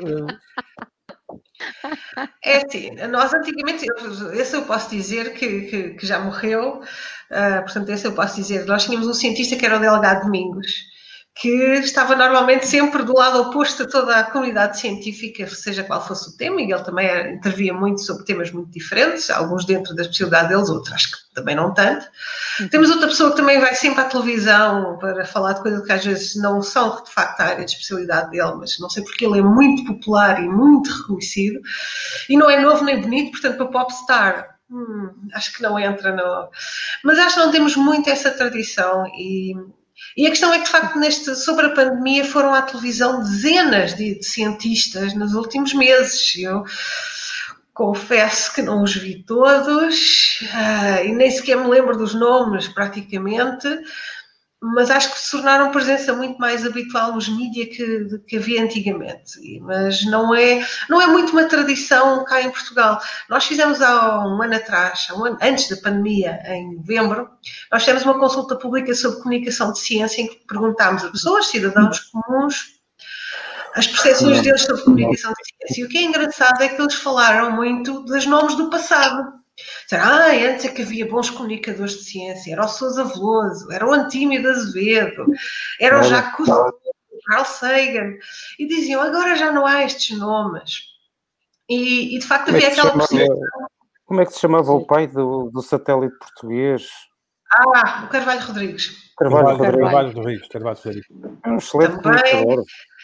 É assim, nós antigamente, esse eu posso dizer que, que, que já morreu, uh, portanto, esse eu posso dizer. Nós tínhamos um cientista que era o Delgado Domingos, que estava normalmente sempre do lado oposto a toda a comunidade científica, seja qual fosse o tema, e ele também era, intervia muito sobre temas muito diferentes, alguns dentro da especialidade deles, outros acho que também não tanto. Uhum. Temos outra pessoa que também vai sempre à televisão para falar de coisas que às vezes não são de facto a área de especialidade dele, mas não sei porque ele é muito popular e muito reconhecido, e não é novo nem bonito, portanto para popstar, hum, acho que não entra no... Mas acho que não temos muito essa tradição e... E a questão é que, de facto, neste, sobre a pandemia foram à televisão dezenas de, de cientistas nos últimos meses. Eu confesso que não os vi todos uh, e nem sequer me lembro dos nomes, praticamente, mas acho que se tornaram presença muito mais habitual nos mídias que, que havia antigamente. Mas não é, não é muito uma tradição cá em Portugal. Nós fizemos há um ano atrás, um ano, antes da pandemia, em novembro, nós fizemos uma consulta pública sobre comunicação de ciência em que perguntámos a pessoas, cidadãos comuns, as percepções deles sobre comunicação de ciência. E o que é engraçado é que eles falaram muito dos nomes do passado. Ah, antes é que havia bons comunicadores de ciência, era o Sousa Veloso, era o Antímio de Azevedo, era o Jacques Cousteau, o Carl Sagan, e diziam, agora já não há estes nomes. E, e de facto havia aquela percepção. Como é que se chamava o pai do, do satélite português? Ah, o Carvalho Rodrigues. Carvalho, Carvalho, Carvalho. Carvalho Rodrigues. Carvalho Rodrigues. É um excelente Também. comunicador.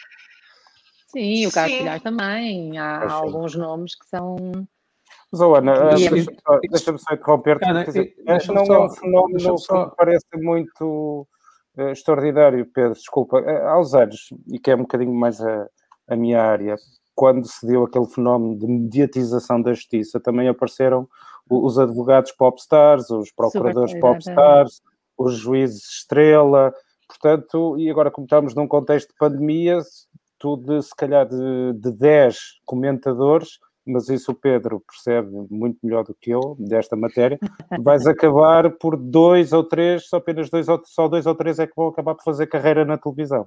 Sim, o Carlos Sim. Pilhar também. Há Pois sim. alguns nomes que são. Mas, oh, Ana, ah, Isso- deixa- ah, deixa-me só interromper-te. Ana, quer dizer, e- deixa-me não só- é um fenómeno deixa-me que só- me parece muito eh, extraordinário, Pedro, desculpa. Eh, há uns anos, e que é um bocadinho mais a, a minha área, quando se deu aquele fenómeno de mediatização da justiça, também apareceram o- os advogados popstars, os procuradores Super, popstars, os juízes estrela, portanto, e agora como estamos num contexto de pandemia, tu de, se calhar de, de dez comentadores, mas isso o Pedro percebe muito melhor do que eu, desta matéria, vais acabar por dois ou três, só apenas dois ou, só dois ou três é que vão acabar por fazer carreira na televisão.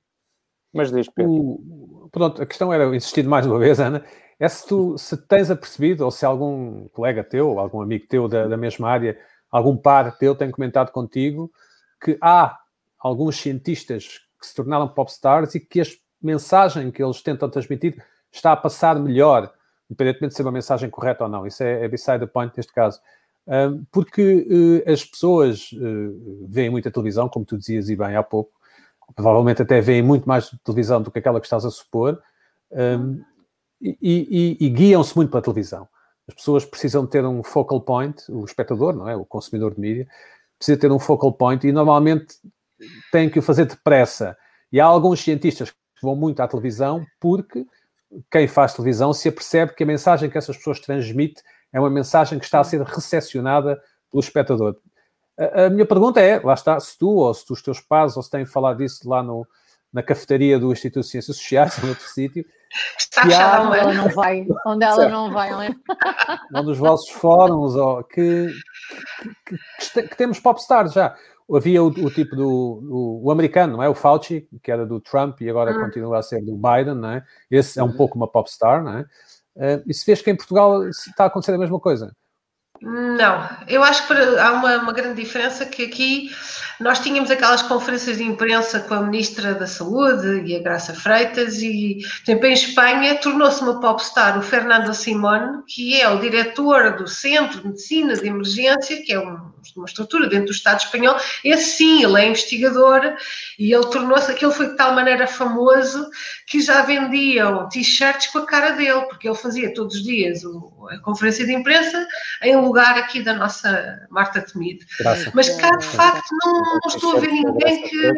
Mas diz, Pedro. O, pronto, a questão era, insistindo mais uma vez, Ana, é se tu se tens apercebido, ou se algum colega teu, ou algum amigo teu da, da mesma área, algum par teu tem comentado contigo que há alguns cientistas que se tornaram popstars e que a mensagem que eles tentam transmitir está a passar melhor, independentemente de ser uma mensagem correta ou não. Isso é, é beside the point neste caso. Um, porque uh, as pessoas uh, veem muita televisão, como tu dizias e bem há pouco, provavelmente até veem muito mais televisão do que aquela que estás a supor, um, e, e, e guiam-se muito pela televisão. As pessoas precisam ter um focal point, o espectador, não é? O consumidor de mídia, precisa ter um focal point e normalmente tem que o fazer depressa. E há alguns cientistas que vão muito à televisão porque quem faz televisão se apercebe que a mensagem que essas pessoas transmitem é uma mensagem que está a ser recepcionada pelo espectador. A, a minha pergunta é, lá está, se tu ou se tu, os teus pais, ou se têm falado disso lá no, na cafetaria do Instituto de Ciências Sociais, ou noutro sítio, Está que há- fechada Onde a ela mão. não vai, onde ela Certo. não vai, não é? ou nos vossos fóruns, ou que, que, que, que temos popstars já. Havia o, o tipo do o, o americano, não é? O Fauci, que era do Trump e agora Hum. continua a ser do Biden, não é? Esse é um pouco uma popstar, não é? Uh, e se vês que em Portugal está a acontecer a mesma coisa? Não, eu acho que há uma, uma grande diferença que aqui nós tínhamos aquelas conferências de imprensa com a Ministra da Saúde e a Graça Freitas e, por exemplo, em Espanha tornou-se uma popstar o Fernando Simón, que é o diretor do Centro de Medicina de Emergência, que é um, uma estrutura dentro do Estado espanhol. Esse sim, ele é investigador e ele tornou-se, aquele foi de tal maneira famoso que já vendiam t-shirts com a cara dele, porque ele fazia todos os dias o, a conferência de imprensa em lugar aqui da nossa Marta Temido. Graça. Mas cá, de facto, não, não estou a ver ninguém que,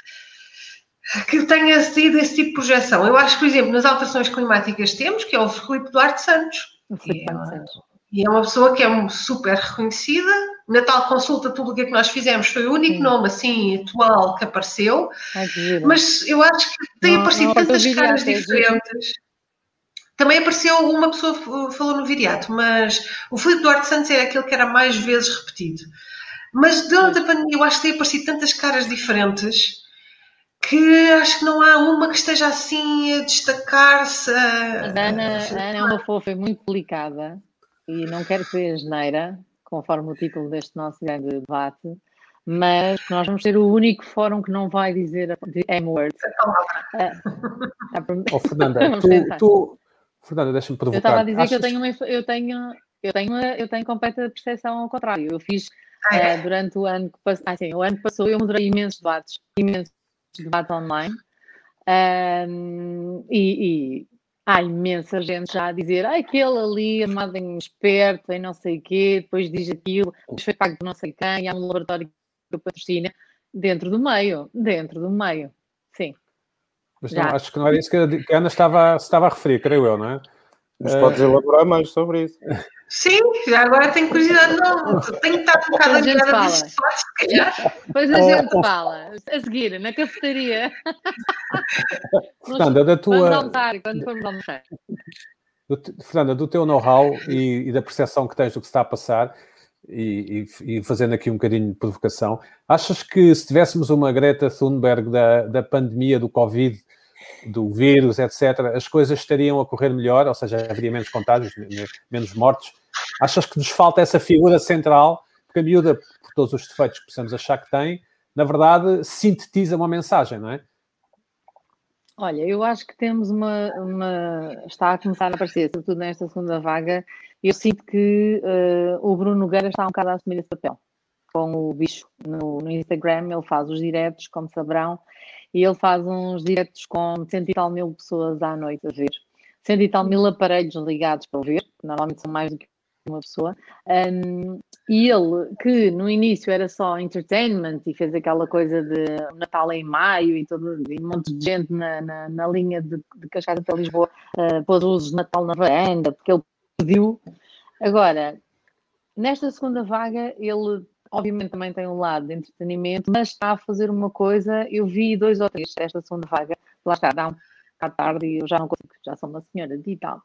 que tenha tido esse tipo de projeção. Eu acho que, por exemplo, nas alterações climáticas temos, que é o Filipe Duarte Santos. O Filipe E é Duarte uma- Santos. E é uma pessoa que é um super reconhecida. Na tal consulta pública que nós fizemos, foi o único Sim. nome assim atual que apareceu. Ai, que giro. Mas eu acho que tem Não- aparecido não apareceu tantas Viriato, caras é giro. diferentes. Também apareceu uma pessoa que falou no Viriato, mas o Filipe Duarte Santos era aquele que era mais vezes repetido. Mas durante a pandemia eu acho que tem aparecido tantas caras diferentes que acho que não há uma que esteja assim a destacar-se. a- Mas a Ana, a- a Ana é uma fofa muito delicada e não quero ser asneira, conforme o título deste nosso grande debate, mas nós vamos ser o único fórum que não vai dizer a de M-word. Ah, ah, por- Oh, Fernanda, Vamos tu, tentar. tu- Fernanda, deixa-me provocar. Eu estava a dizer Achas que eu tenho, uma, eu tenho, eu tenho, eu tenho completa percepção ao contrário. Eu fiz Ah, é? ah, durante o ano que passou, ah, sim, o ano que passou eu moderei imensos debates, imensos debates online. Ahm, e, e há imensa gente já a dizer ah, aquele ali armado em esperto, em não sei o quê, depois diz aquilo, depois foi pago por não sei quem, há um laboratório que o patrocina, dentro do meio, dentro do meio, sim. Mas não, Já. acho que não era isso que a que a Ana estava, se estava a referir, creio eu, não é? Mas podes elaborar mais sobre isso. Sim, já agora tenho curiosidade. Não, tenho estado um bocado A gente aliada fala. desse debate, se calhar. Depois a gente fala, a seguir, na cafeteria. Fernanda, da Vamos tua, almoçar, quando formos almoçar. do, te- Fernanda, do teu know-how e, e da percepção que tens do que se está a passar, e, e- e fazendo aqui um bocadinho de provocação, achas que se tivéssemos uma Greta Thunberg da, da pandemia do Covid, do vírus, etcétera, as coisas estariam a correr melhor, ou seja, haveria menos contágios, me- menos mortes? Achas que nos falta essa figura central, porque a miúda, por todos os defeitos que possamos achar que tem, na verdade, sintetiza uma mensagem, não é? Olha, eu acho que temos uma, uma- está a começar a aparecer, sobretudo nesta segunda vaga, eu sinto que eh, o Bruno Nogueira está um bocado a assumir esse papel. com o bicho no, no Instagram, ele faz os diretos, como saberão, e ele faz uns diretos com cento e tal mil pessoas à noite a ver. Cento e tal mil aparelhos ligados para ver, que normalmente são mais do que uma pessoa. Um, e ele, que no início era só entertainment e fez aquela coisa de Natal em maio e, todo, e um monte de gente na, na, na linha de, de Cascais até Lisboa, uh, pôs luzes de Natal na varanda, porque ele pediu. Agora, nesta segunda vaga, ele obviamente também tem um lado de entretenimento, mas está a fazer uma coisa, eu vi dois ou três desta segunda vaga, lá está, dá um à tarde e eu já não consigo, já sou uma senhora de idade.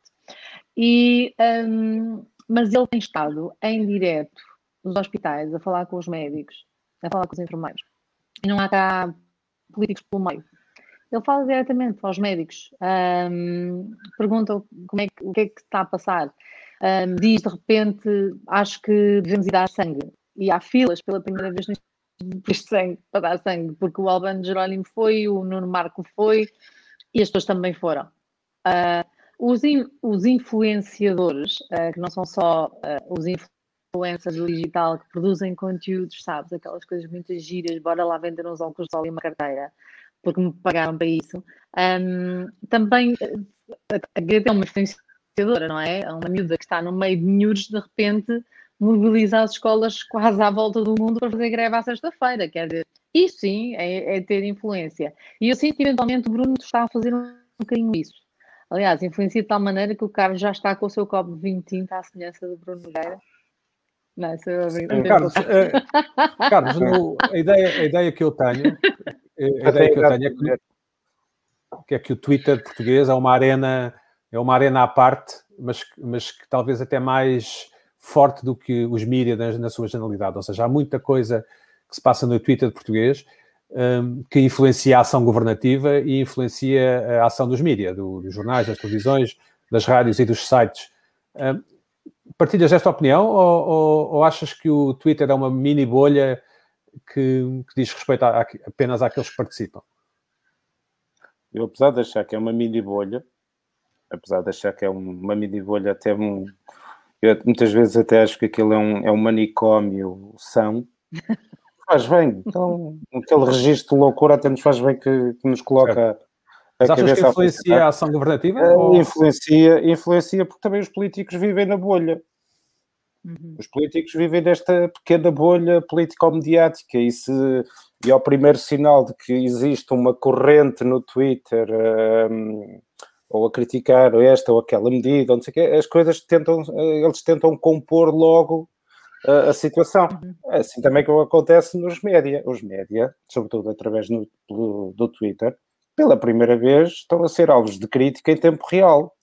E, um, mas ele tem estado em direto nos hospitais a falar com os médicos, a falar com os enfermeiros. E não há cá políticos pelo meio. Ele fala diretamente aos médicos, um, pergunta como é que, o que é que está a passar. Um, diz de repente, acho que devemos ir dar sangue. E há filas pela primeira vez neste sangue, para dar sangue, porque o Albano Jerónimo foi, o Nuno Marco foi, e as pessoas também foram. Uh, os, in, os influenciadores, uh, que não são só uh, os influencers do digital que produzem conteúdos, sabes, aquelas coisas muito giras, bora lá vender uns óculos de sol e uma carteira, porque me pagaram para isso. Um, também, a Greta é uma influenciadora, não é? É uma miúda que está no meio de miúdos, de repente, mobiliza as escolas quase à volta do mundo para fazer greve à sexta-feira, quer dizer, isso sim é, é ter influência. E eu sinto que eventualmente o Bruno está a fazer um, um bocadinho isso. Aliás, influencia de tal maneira que o Carlos já está com o seu copo de vinho tinto à semelhança do Bruno Nogueira. Não, se eu abrir, não Carlos, uh, Carlos no, a, ideia, a ideia que eu tenho, a ideia que eu tenho é que, que é que o Twitter português é uma arena, é uma arena à parte, mas, mas que talvez até mais forte do que os mídias na, na sua generalidade. Ou seja, há muita coisa que se passa no Twitter português um, que influencia a ação governativa e influencia a ação dos mídias, do, dos jornais, das televisões, das rádios e dos sites. Um, partilhas esta opinião ou, ou, ou achas que o Twitter é uma mini bolha que, que diz respeito a, a, apenas àqueles que participam? Eu, apesar de achar que é uma mini bolha, apesar de achar que é uma mini bolha até um... Eu muitas vezes até acho que aquilo é um, é um manicômio são. Faz bem. Então, aquele registro de loucura até nos faz bem que, que nos coloca certo. a Mas cabeça... Achas que influencia a ação governativa? É, ou... influencia, influencia porque também os políticos vivem na bolha. Uhum. Os políticos vivem nesta pequena bolha político-mediática e, se, e ao primeiro sinal de que existe uma corrente no Twitter... Um, ou a criticar esta ou aquela medida, não sei o quê, as coisas tentam, eles tentam compor logo a, a situação. É assim também que acontece nos média. Os média, sobretudo através no, do, do Twitter, pela primeira vez estão a ser alvos de crítica em tempo real.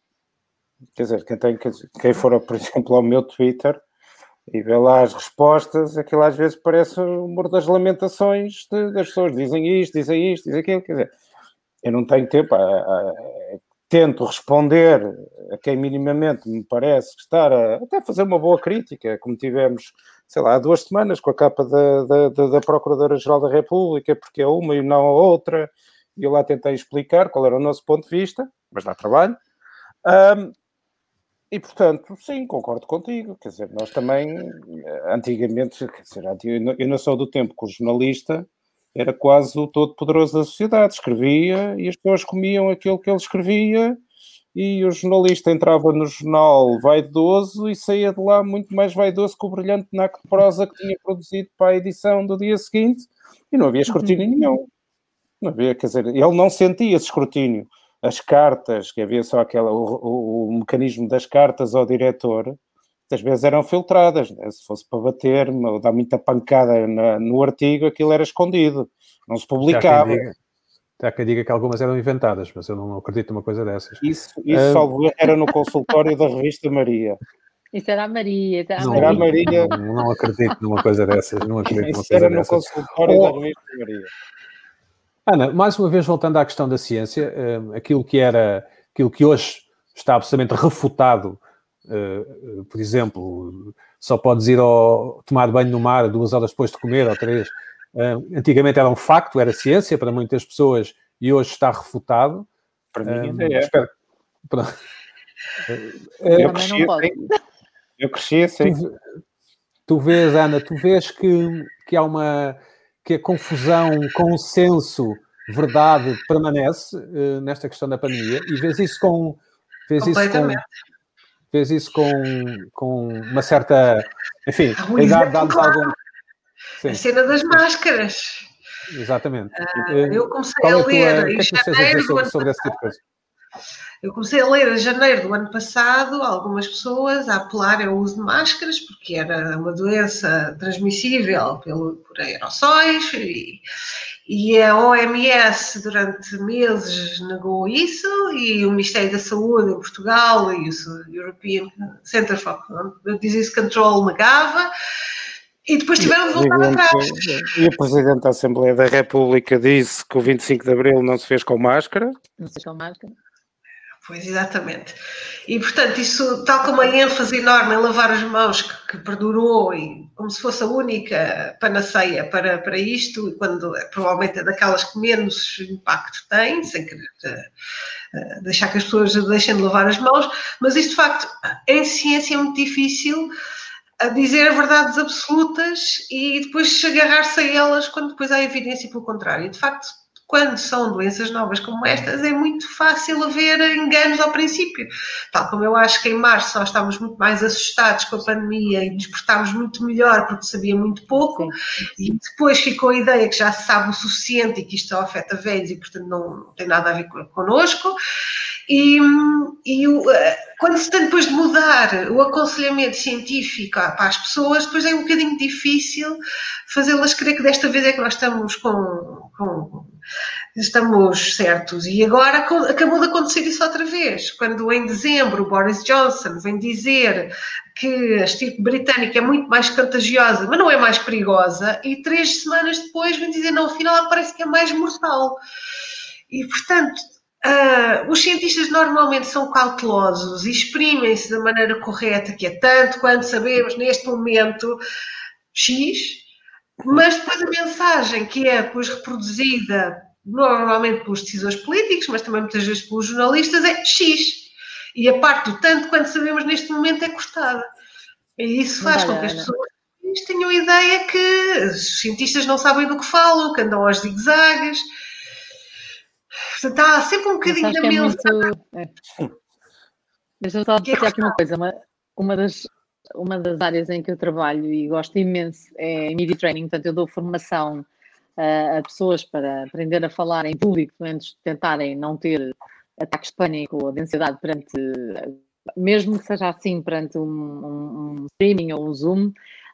Quer dizer, quem, tem, quem for, por exemplo, ao meu Twitter e vê lá as respostas, aquilo às vezes parece o humor das lamentações de, das pessoas. Dizem isto, dizem isto, dizem aquilo. Quer dizer, eu não tenho tempo, a, a, a, tento responder a quem minimamente me parece estar a até fazer uma boa crítica, como tivemos, sei lá, há duas semanas com a capa da, da, da Procuradora-Geral da República, porque é uma e não a outra, e eu lá tentei explicar qual era o nosso ponto de vista, mas dá trabalho. Um, e, portanto, sim, concordo contigo, quer dizer, nós também, antigamente, quer dizer, eu não sou do tempo que o jornalista era quase o todo-poderoso da sociedade, escrevia e as pessoas comiam aquilo que ele escrevia e o jornalista entrava no jornal vaidoso e saía de lá muito mais vaidoso que o brilhante naco de prosa que tinha produzido para a edição do dia seguinte e não havia escrutínio nenhum. Não havia, quer dizer, ele não sentia esse escrutínio. As cartas, que havia só aquela, o, o, o mecanismo das cartas ao diretor, às vezes eram filtradas, né? Se fosse para bater-me ou dar muita pancada na, no artigo, aquilo era escondido, não se publicava. Há quem diga que algumas eram inventadas, mas eu não acredito numa coisa dessas. Isso, isso um... salvo era no consultório da revista Maria. Isso era a Maria. Era a não, Maria. Maria. Não, não acredito numa coisa dessas. Não acredito numa isso coisa era no dessas. consultório oh. da revista Maria. Ana, mais uma vez voltando à questão da ciência, aquilo que era, aquilo que hoje está absolutamente refutado. Uh, por exemplo, só podes ir ao, tomar banho no mar duas horas depois de comer ou três. Uh, antigamente era um facto, era ciência para muitas pessoas e hoje está refutado. Para mim uh, ainda é. Espero... eu, cresci, eu cresci assim. Tu, tu vês, Ana, tu vês que, que há uma... que a confusão, consenso, verdade permanece uh, nesta questão da pandemia, e vês isso com... Vês isso com, vês isso com, com uma certa... Enfim, a idade dá-nos algum... Sim. A cena das máscaras. Exatamente. Uh, eu comecei Qual a é ler... O que é que tens a dizer sobre, sobre esse tipo de coisa? Eu comecei a ler em janeiro do ano passado algumas pessoas a apelarem ao uso de máscaras porque era uma doença transmissível pelo, por aerossóis e, e a O M S durante meses negou isso e o Ministério da Saúde em Portugal e o European Center for Disease Control negava. E depois tiveram de voltar atrás. E o Presidente da Assembleia da República disse que o vinte e cinco de Abril não se fez com máscara. Não se fez com máscara. Pois, exatamente. E, portanto, isso, tal como a ênfase enorme em lavar as mãos, que, que perdurou, e como se fosse a única panaceia para, para isto, e quando provavelmente é daquelas que menos impacto tem, sem querer uh, deixar que as pessoas deixem de lavar as mãos, mas isto, de facto, em ciência é muito difícil a dizer verdades absolutas e depois agarrar-se a elas quando depois há evidência pelo contrário. De facto, quando são doenças novas como estas, é muito fácil haver enganos ao princípio. Tal como eu acho que em março nós estávamos muito mais assustados com a pandemia e nos portámos muito melhor porque sabia muito pouco. Sim. E depois ficou a ideia que já se sabe o suficiente e que isto afeta velhos e, portanto, não tem nada a ver connosco. E, e o, quando se tem depois de mudar o aconselhamento científico para as pessoas, depois é um bocadinho difícil fazê-las crer que desta vez é que nós estamos com, com estamos certos. E agora acabou de acontecer isso outra vez, quando em dezembro o Boris Johnson vem dizer que a estirpe britânica é muito mais contagiosa, mas não é mais perigosa, e três semanas depois vem dizer, não, afinal parece que é mais mortal. E, portanto, Uh, os cientistas normalmente são cautelosos e exprimem-se da maneira correta, que é tanto quanto sabemos neste momento X, mas depois a mensagem que é depois reproduzida normalmente pelos decisores políticos, mas também muitas vezes pelos jornalistas, é X. E a parte do tanto quanto sabemos neste momento é cortada. E isso faz com que as pessoas tenham a ideia que os cientistas não sabem do que falam, que andam aos zigue-zagues. Portanto, há sempre um bocadinho da mensagem. É é. Deixa-me só dizer aqui uma coisa. Uma, uma, das, uma das áreas em que eu trabalho e gosto imenso é media training. Portanto, eu dou formação uh, a pessoas para aprender a falar em público, antes de tentarem não ter ataques de pânico ou de ansiedade perante, mesmo que seja assim, perante um, um, um streaming ou um Zoom.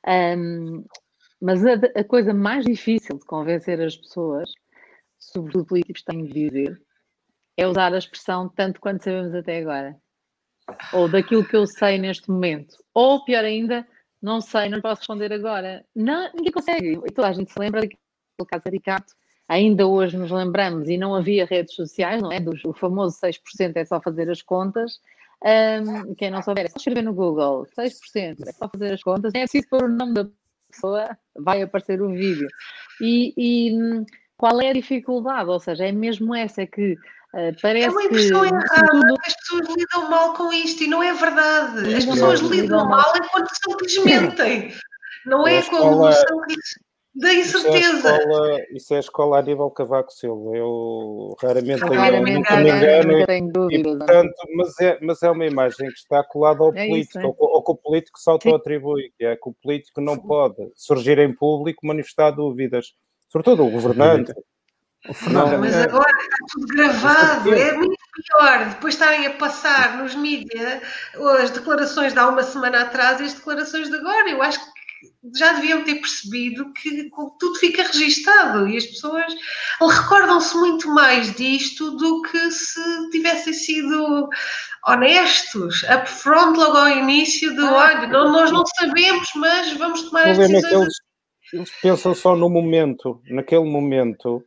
Um, mas a, a coisa mais difícil de convencer as pessoas, sobretudo políticos, têm de dizer, é usar a expressão tanto quanto sabemos até agora. Ou daquilo que eu sei neste momento. Ou, pior ainda, não sei, não posso responder agora. Não, ninguém consegue. E toda a gente se lembra daquele caso caricato. Ainda hoje nos lembramos, e não havia redes sociais, não é? Do, o famoso seis por cento é só fazer as contas. Um, quem não souber, é só escrever no Google. seis por cento é só fazer as contas. É preciso pôr o nome da pessoa, vai aparecer o vídeo. E... e qual é a dificuldade? Ou seja, é mesmo essa que uh, parece que... É uma impressão errada, tudo... que as pessoas lidam mal com isto, e não é verdade. Lidam as pessoas mal, lidam, lidam mal enquanto são que lhes mentem. Não é com a evolução da incerteza. Isso é, escola, isso é a escola a nível Cavaco Silva. Eu raramente, eu raramente tenho, me engano. Tenho dúvidas, e, portanto, mas, é, mas é uma imagem que está colada ao é político, isso, é? ou, ou que o político se auto-atribui, que é que o político não pode surgir em público, manifestar dúvidas. Sobretudo o governante. O Fernando, mas agora está tudo gravado, é muito pior. Depois estarem a passar nos mídias as declarações de há uma semana atrás e as declarações de agora. Eu acho que já deviam ter percebido que tudo fica registado e as pessoas recordam-se muito mais disto do que se tivessem sido honestos, upfront logo ao início de, olha, não, nós não sabemos, mas vamos tomar as decisões. Eles pensam só no momento, naquele momento,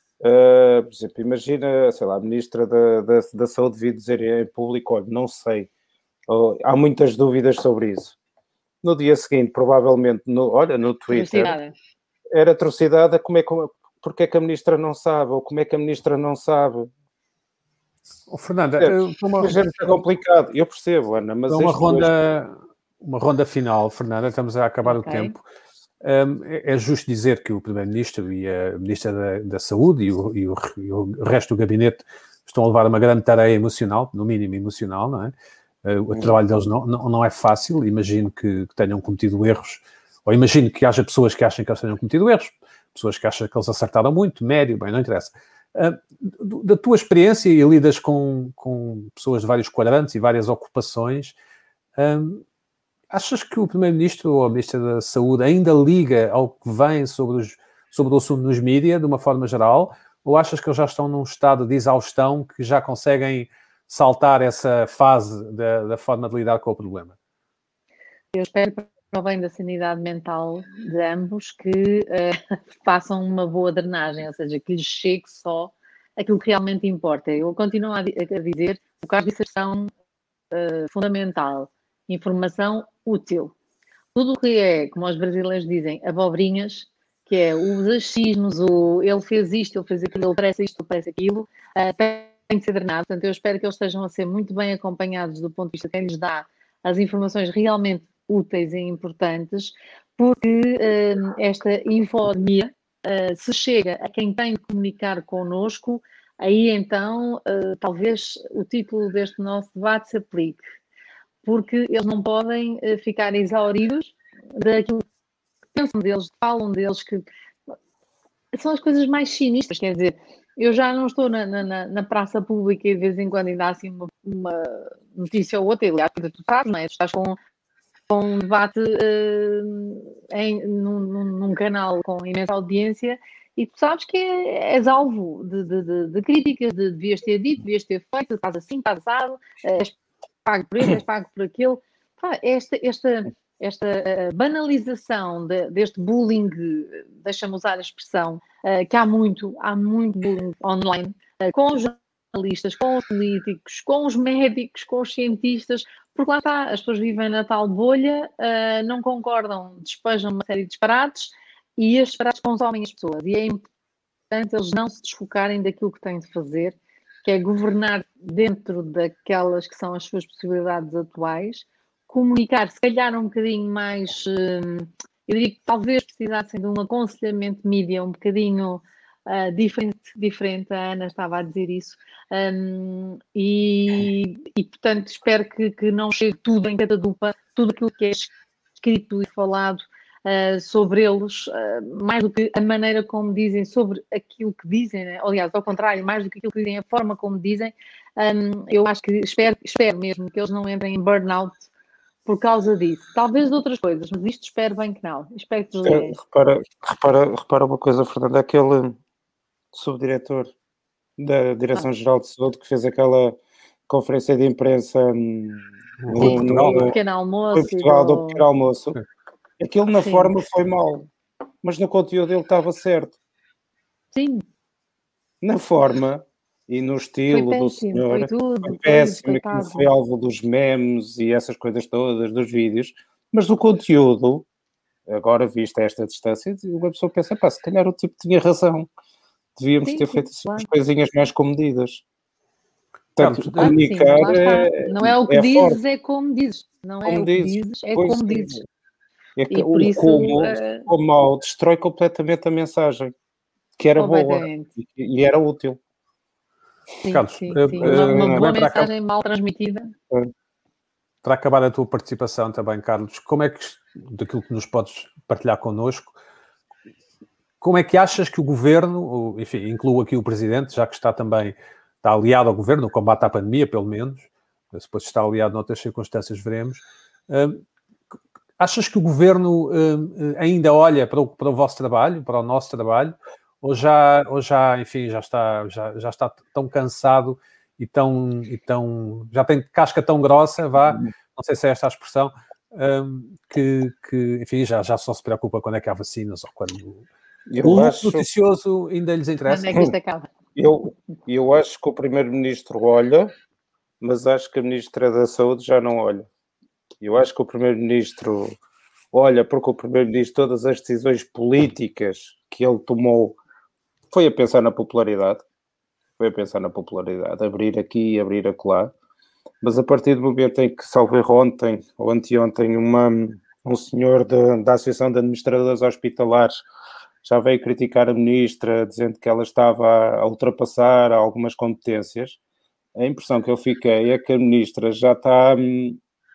uh, por exemplo, imagina, sei lá, a Ministra da, da, da Saúde vir dizer em público, olha, não sei, oh, há muitas dúvidas sobre isso. No dia seguinte, provavelmente, no, olha, no Twitter, atrocidade. Era atrocidade, como é, como, porque é que a Ministra não sabe, ou como é que a Ministra não sabe. Oh, Fernanda, é, uma... é complicado, eu percebo, Ana, mas... Uma ronda... Hoje... uma ronda final, Fernanda, estamos a acabar okay. o tempo. Um, é, é justo dizer que o Primeiro-Ministro e a Ministra da, da Saúde e o, e, o, e o resto do gabinete estão a levar uma grande tarefa emocional, no mínimo emocional, não é? Uh, o trabalho deles não, não, não é fácil, imagino que, que tenham cometido erros, ou imagino que haja pessoas que acham que eles tenham cometido erros, pessoas que acham que eles acertaram muito, médio, bem, não interessa. Uh, da tua experiência, e lidas com, com pessoas de vários quadrantes e várias ocupações, um, achas que o Primeiro-Ministro ou a Ministra da Saúde ainda liga ao que vem sobre, os, sobre o assunto nos mídias, de uma forma geral, ou achas que eles já estão num estado de exaustão que já conseguem saltar essa fase da, da forma de lidar com o problema? Eu espero, para o bem da sanidade mental de ambos, que uh, façam uma boa drenagem, ou seja, que lhes chegue só aquilo que realmente importa. Eu continuo a, a dizer, o caso de inserção uh, fundamental, informação útil. Tudo o que é, como os brasileiros dizem, abobrinhas, que é os achismos, o ele fez isto, ele fez aquilo, ele parece isto, ele parece aquilo, uh, tem de ser drenado. Portanto, eu espero que eles estejam a ser muito bem acompanhados do ponto de vista de quem lhes dá as informações realmente úteis e importantes, porque uh, esta infodemia, uh, se chega a quem tem de comunicar connosco, aí então uh, talvez o título deste nosso debate se aplique, porque eles não podem uh, ficar exauridos daquilo que pensam deles, falam deles, que são as coisas mais sinistras, quer dizer, eu já não estou na, na, na praça pública e de vez em quando ainda há assim uma, uma notícia ou outra, e aliás, tu sabes, não é? Tu estás com, com um debate uh, em, num, num canal com imensa audiência e tu sabes que é, és alvo de, de, de, de críticas, de devias ter dito, devias ter feito, estás assim, estás assado, és pago por isso, és pago por aquilo. Esta, esta, esta uh, banalização de, deste bullying, deixa-me usar a expressão, uh, que há muito, há muito bullying online, uh, com os jornalistas, com os políticos, com os médicos, com os cientistas, porque lá está, as pessoas vivem na tal bolha, uh, não concordam, despejam uma série de disparates e estes disparates consomem as pessoas. E é importante eles não se desfocarem daquilo que têm de fazer, que é governar dentro daquelas que são as suas possibilidades atuais, comunicar, se calhar um bocadinho mais, eu diria que talvez precisassem de um aconselhamento mídia um bocadinho uh, diferente, diferente, a Ana estava a dizer isso, um, e, e portanto espero que, que não chegue tudo em catadupa, tudo aquilo que é escrito e falado uh, sobre eles, uh, mais do que a maneira como dizem, sobre aquilo que dizem, né? Aliás, ao contrário, mais do que aquilo que dizem, a forma como dizem, um, eu acho que espero, espero mesmo que eles não entrem em burnout por causa disso. Talvez de outras coisas, mas isto espero bem que não. Espero que desliguem. Repara, repara, repara uma coisa, Fernando, aquele subdiretor da Direção-Geral de Saúde que fez aquela conferência de imprensa Sim, no, no, no pequeno almoço. no Portugal do do... pequeno almoço. Aquilo na Sim. forma foi mau, mas no conteúdo ele estava certo. Sim. Na forma e no estilo Foi do péssimo, senhor, foi tudo, foi péssimo, foi, aquilo foi alvo dos memes e essas coisas todas, dos vídeos, mas o conteúdo, agora visto a esta distância, uma pessoa pensa, pá, se calhar o tipo tinha razão, devíamos sim, ter sim, feito assim, claro. umas coisinhas mais comedidas. Portanto, Claro que sim, comunicar lá está. é, Não é o que é dizes, forte. é como dizes. Não Como é o que dizes, dizes, é pois como é. dizes. É que E por o isso, como, uh, o mal destrói completamente a mensagem, que era boa completamente. e, e era útil. Sim, Carlos, sim, uh, sim. Uma, uma uh, boa para acabar, mensagem mal transmitida. para acabar a tua participação também, Carlos, como é que, daquilo que nos podes partilhar connosco, como é que achas que o Governo, enfim, incluo aqui o Presidente, já que está também, está aliado ao Governo, no combate à pandemia, pelo menos, depois está aliado noutras circunstâncias, veremos, uh, achas que o Governo uh, ainda olha para o, para o vosso trabalho, para o nosso trabalho, ou já, ou já enfim, já está, já, já está tão cansado e tão, e tão, já tem casca tão grossa, vá, não sei se é esta a expressão, um, que, que, enfim, já, já só se preocupa quando é que há vacinas ou quando Eu o acho... noticioso ainda lhes interessa? Quando é que isto acaba? Eu, eu acho que o Primeiro-Ministro olha, mas acho que a Ministra da Saúde já não olha. Eu acho que o Primeiro-Ministro olha, porque o Primeiro-Ministro, todas as decisões políticas que ele tomou, foi a pensar na popularidade. Foi a pensar na popularidade. Abrir aqui e abrir acolá. mas a partir do momento em que, salvo erro, ontem ou anteontem, uma, um senhor de, da Associação de Administradores Hospitalares já veio criticar a ministra, dizendo que ela estava a, a ultrapassar algumas competências, a impressão que eu fiquei é que a ministra já está hum,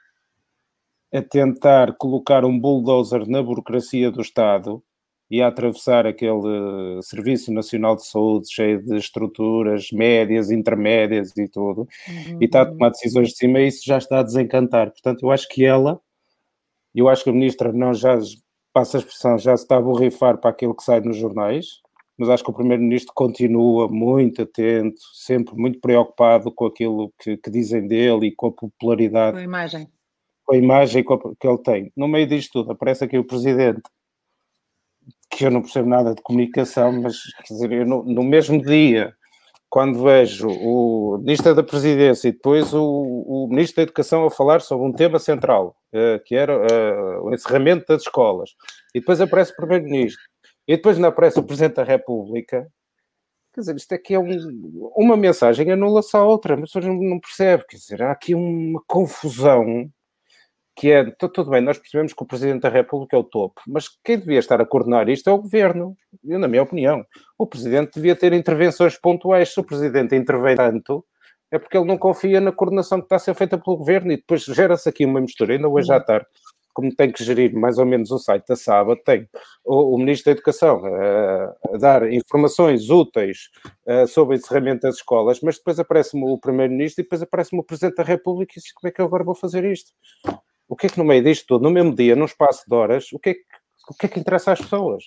a tentar colocar um bulldozer na burocracia do Estado e a atravessar aquele Serviço Nacional de Saúde cheio de estruturas médias, intermédias e tudo, uhum. e está a tomar decisões de cima e isso já está a desencantar. Portanto, eu acho que ela, eu acho que a ministra não já, passa a expressão, já se está a borrifar para aquilo que sai nos jornais, mas acho que o primeiro-ministro continua muito atento, sempre muito preocupado com aquilo que, que dizem dele e com a popularidade. Com a imagem. Com a imagem que ele tem. No meio disto tudo, aparece aqui o presidente, que eu não percebo nada de comunicação, mas, quer dizer, eu no, no mesmo dia, quando vejo o Ministro da Presidência e depois o, o Ministro da Educação a falar sobre um tema central, uh, que era uh, o encerramento das escolas, e depois aparece o Primeiro-Ministro, e depois não aparece o Presidente da República, quer dizer, isto aqui é um, uma mensagem, anula-se a outra, mas não, não percebe, quer dizer, há aqui uma confusão, que é, tudo bem, nós percebemos que o Presidente da República é o topo, mas quem devia estar a coordenar isto é o Governo, eu, na minha opinião. O Presidente devia ter intervenções pontuais. Se o Presidente intervém tanto, é porque ele não confia na coordenação que está a ser feita pelo Governo e depois gera-se aqui uma mistura. Ainda hoje à tarde, como tem que gerir mais ou menos o site da Sábado, tem o, o Ministro da Educação uh, a dar informações úteis uh, sobre o encerramento das escolas, mas depois aparece-me o Primeiro-Ministro e depois aparece-me o Presidente da República e diz, como é que eu agora vou fazer isto? O que é que no meio disto tudo, no mesmo dia, num espaço de horas, o que é que, o que, é que interessa às pessoas?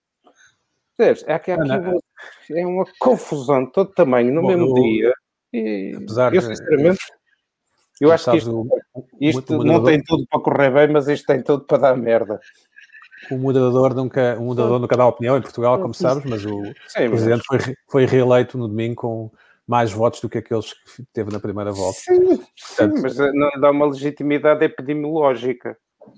É, aqui, aqui uma, é uma confusão de todo tamanho, no Bom, mesmo eu, dia. E eu, sinceramente, eu acho que isto, isto o não tem tudo para correr bem, mas isto tem tudo para dar merda. O moderador nunca, o moderador nunca dá opinião em Portugal, como sabes, mas o Sim, Presidente mas... foi, foi reeleito no domingo com mais votos do que aqueles que teve na primeira volta. Sim, Portanto, sim, mas não dá uma legitimidade epidemiológica.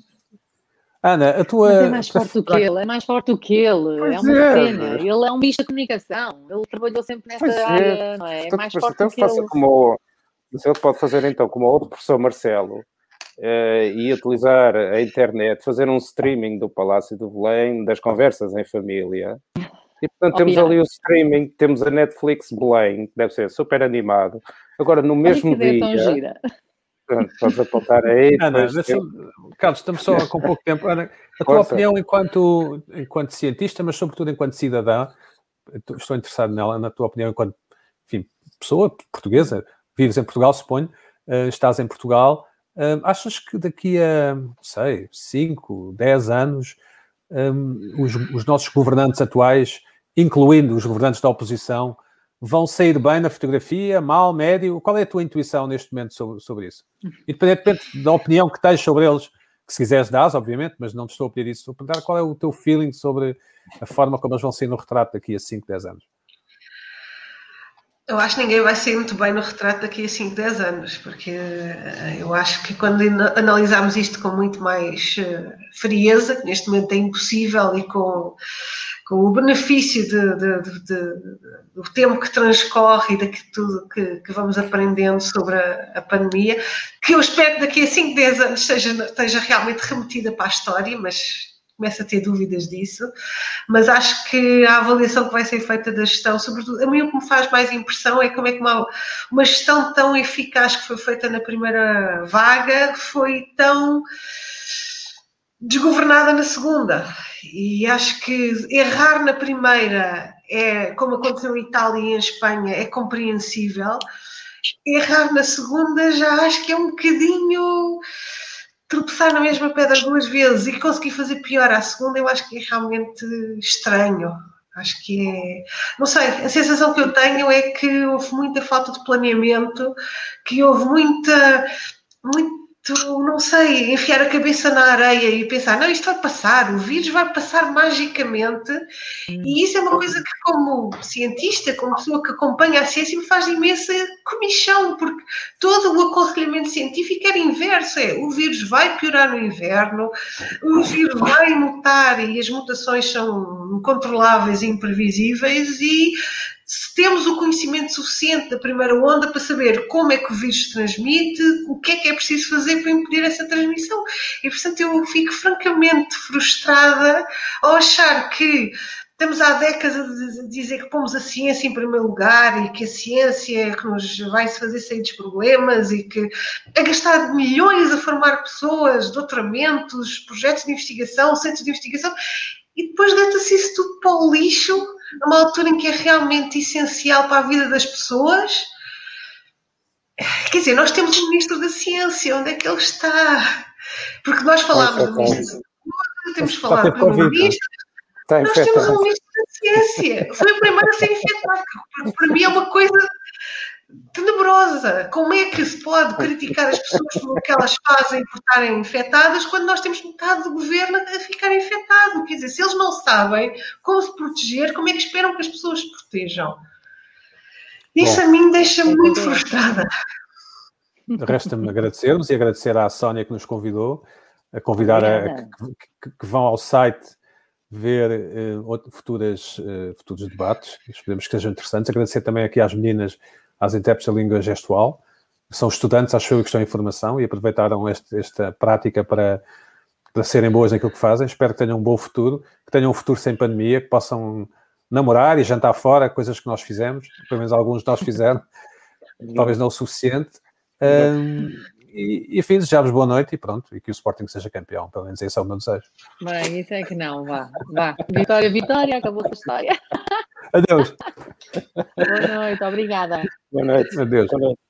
Ana, a tua... Mas é mais forte do que ele, é mais forte do que ele, pois é uma é, cena. Mas... Ele é um bicho da comunicação, ele trabalhou sempre nessa pois área, é. não é? É então, mais forte então do que ele. Como, mas ele pode fazer então, como o outro professor Marcelo, uh, e utilizar a internet, fazer um streaming do Palácio do Belém, das conversas em família... E, portanto, temos ali o streaming, temos a Netflix Belém, que deve ser super animado. Agora, no mesmo dia... Pronto, podes apontar aí. Ana, depois... eu... Carlos, estamos só com pouco tempo. Ana, a tua Força. opinião enquanto, enquanto cientista, mas sobretudo enquanto cidadã, estou interessado nela, na tua opinião enquanto, enfim, pessoa portuguesa, vives em Portugal, suponho, uh, estás em Portugal, uh, achas que daqui a, não sei, cinco, dez anos... Um, os, os nossos governantes atuais, incluindo os governantes da oposição, vão sair bem na fotografia, mal, médio? Qual é a tua intuição neste momento sobre, sobre isso? Independentemente da opinião que tens sobre eles, que se quiseres dás, obviamente, mas não te estou a pedir isso. Estou a perguntar qual é o teu feeling sobre a forma como eles vão sair no retrato daqui a cinco, dez anos. Eu acho que ninguém vai sair muito bem no retrato daqui a cinco, dez anos, porque eu acho que quando analisarmos isto com muito mais frieza, que neste momento é impossível, e com, com o benefício de, de, de, de, do tempo que transcorre e de tudo que, que vamos aprendendo sobre a, a pandemia, que eu espero que daqui a cinco, dez anos esteja, esteja realmente remetida para a história, mas... começo a ter dúvidas disso, mas acho que a avaliação que vai ser feita da gestão, sobretudo, a mim o que me faz mais impressão é como é que uma, uma gestão tão eficaz que foi feita na primeira vaga foi tão desgovernada na segunda, e acho que errar na primeira, é, como aconteceu em Itália e em Espanha, é compreensível. Errar na segunda já acho que é um bocadinho... tropeçar na mesma pedra duas vezes e conseguir fazer pior à segunda, eu acho que é realmente estranho. Acho que é... Não sei, a sensação que eu tenho é que houve muita falta de planeamento, que houve muita... muito, não sei, enfiar a cabeça na areia e pensar, não, isto vai passar, o vírus vai passar magicamente, e isso é uma coisa que, como cientista, como pessoa que acompanha a ciência, me faz imensa comichão, porque todo o aconselhamento científico era inverso, é, o vírus vai piorar no inverno, o vírus vai mutar e as mutações são incontroláveis e imprevisíveis, e se temos o conhecimento suficiente da primeira onda para saber como é que o vírus se transmite, o que é que é preciso fazer para impedir essa transmissão. E, portanto, eu fico francamente frustrada ao achar que estamos há décadas a dizer que pomos a ciência em primeiro lugar e que a ciência é que nos vai fazer sair dos problemas e que a gastar milhões a formar pessoas, doutoramentos, projetos de investigação, centros de investigação, e depois deita-se isso tudo para o lixo, numa altura em que é realmente essencial para a vida das pessoas. Quer dizer, nós temos o Ministro da Ciência, onde é que ele está? Porque nós falámos do Ministro da Saúde, temos falado do Primeiro-Ministro. Está Nós temos um Ministro da Ciência. Foi o primeiro a ser infectado. Porque para mim é uma coisa tenebrosa. Como é que se pode criticar as pessoas pelo que elas fazem por estarem infectadas quando nós temos metade do governo a ficar infectado? Quer dizer, se eles não sabem como se proteger, como é que esperam que as pessoas se protejam? Isso Bom, a mim deixa-me muito frustrada. Resta-me agradecermos e agradecer à Sónia que nos convidou, a convidar a, a que, que, que vão ao site ver uh, futuras, uh, futuros debates, esperemos que sejam interessantes. Agradecer também aqui às meninas, às intérpretes da língua gestual, que são estudantes, acho eu, que estão em formação e aproveitaram este, esta prática para, para serem boas naquilo que fazem. Espero que tenham um bom futuro, que tenham um futuro sem pandemia, que possam namorar e jantar fora, coisas que nós fizemos, pelo menos alguns de nós fizeram, talvez não o suficiente. Um, E, enfim, desejamos boa noite e pronto, e que o Sporting seja campeão, pelo menos esse é o meu desejo. Bem, isso é que não, vá, vá. Vitória, vitória, acabou-se a história. Adeus. Boa noite, obrigada. Boa noite. Adeus. Boa noite.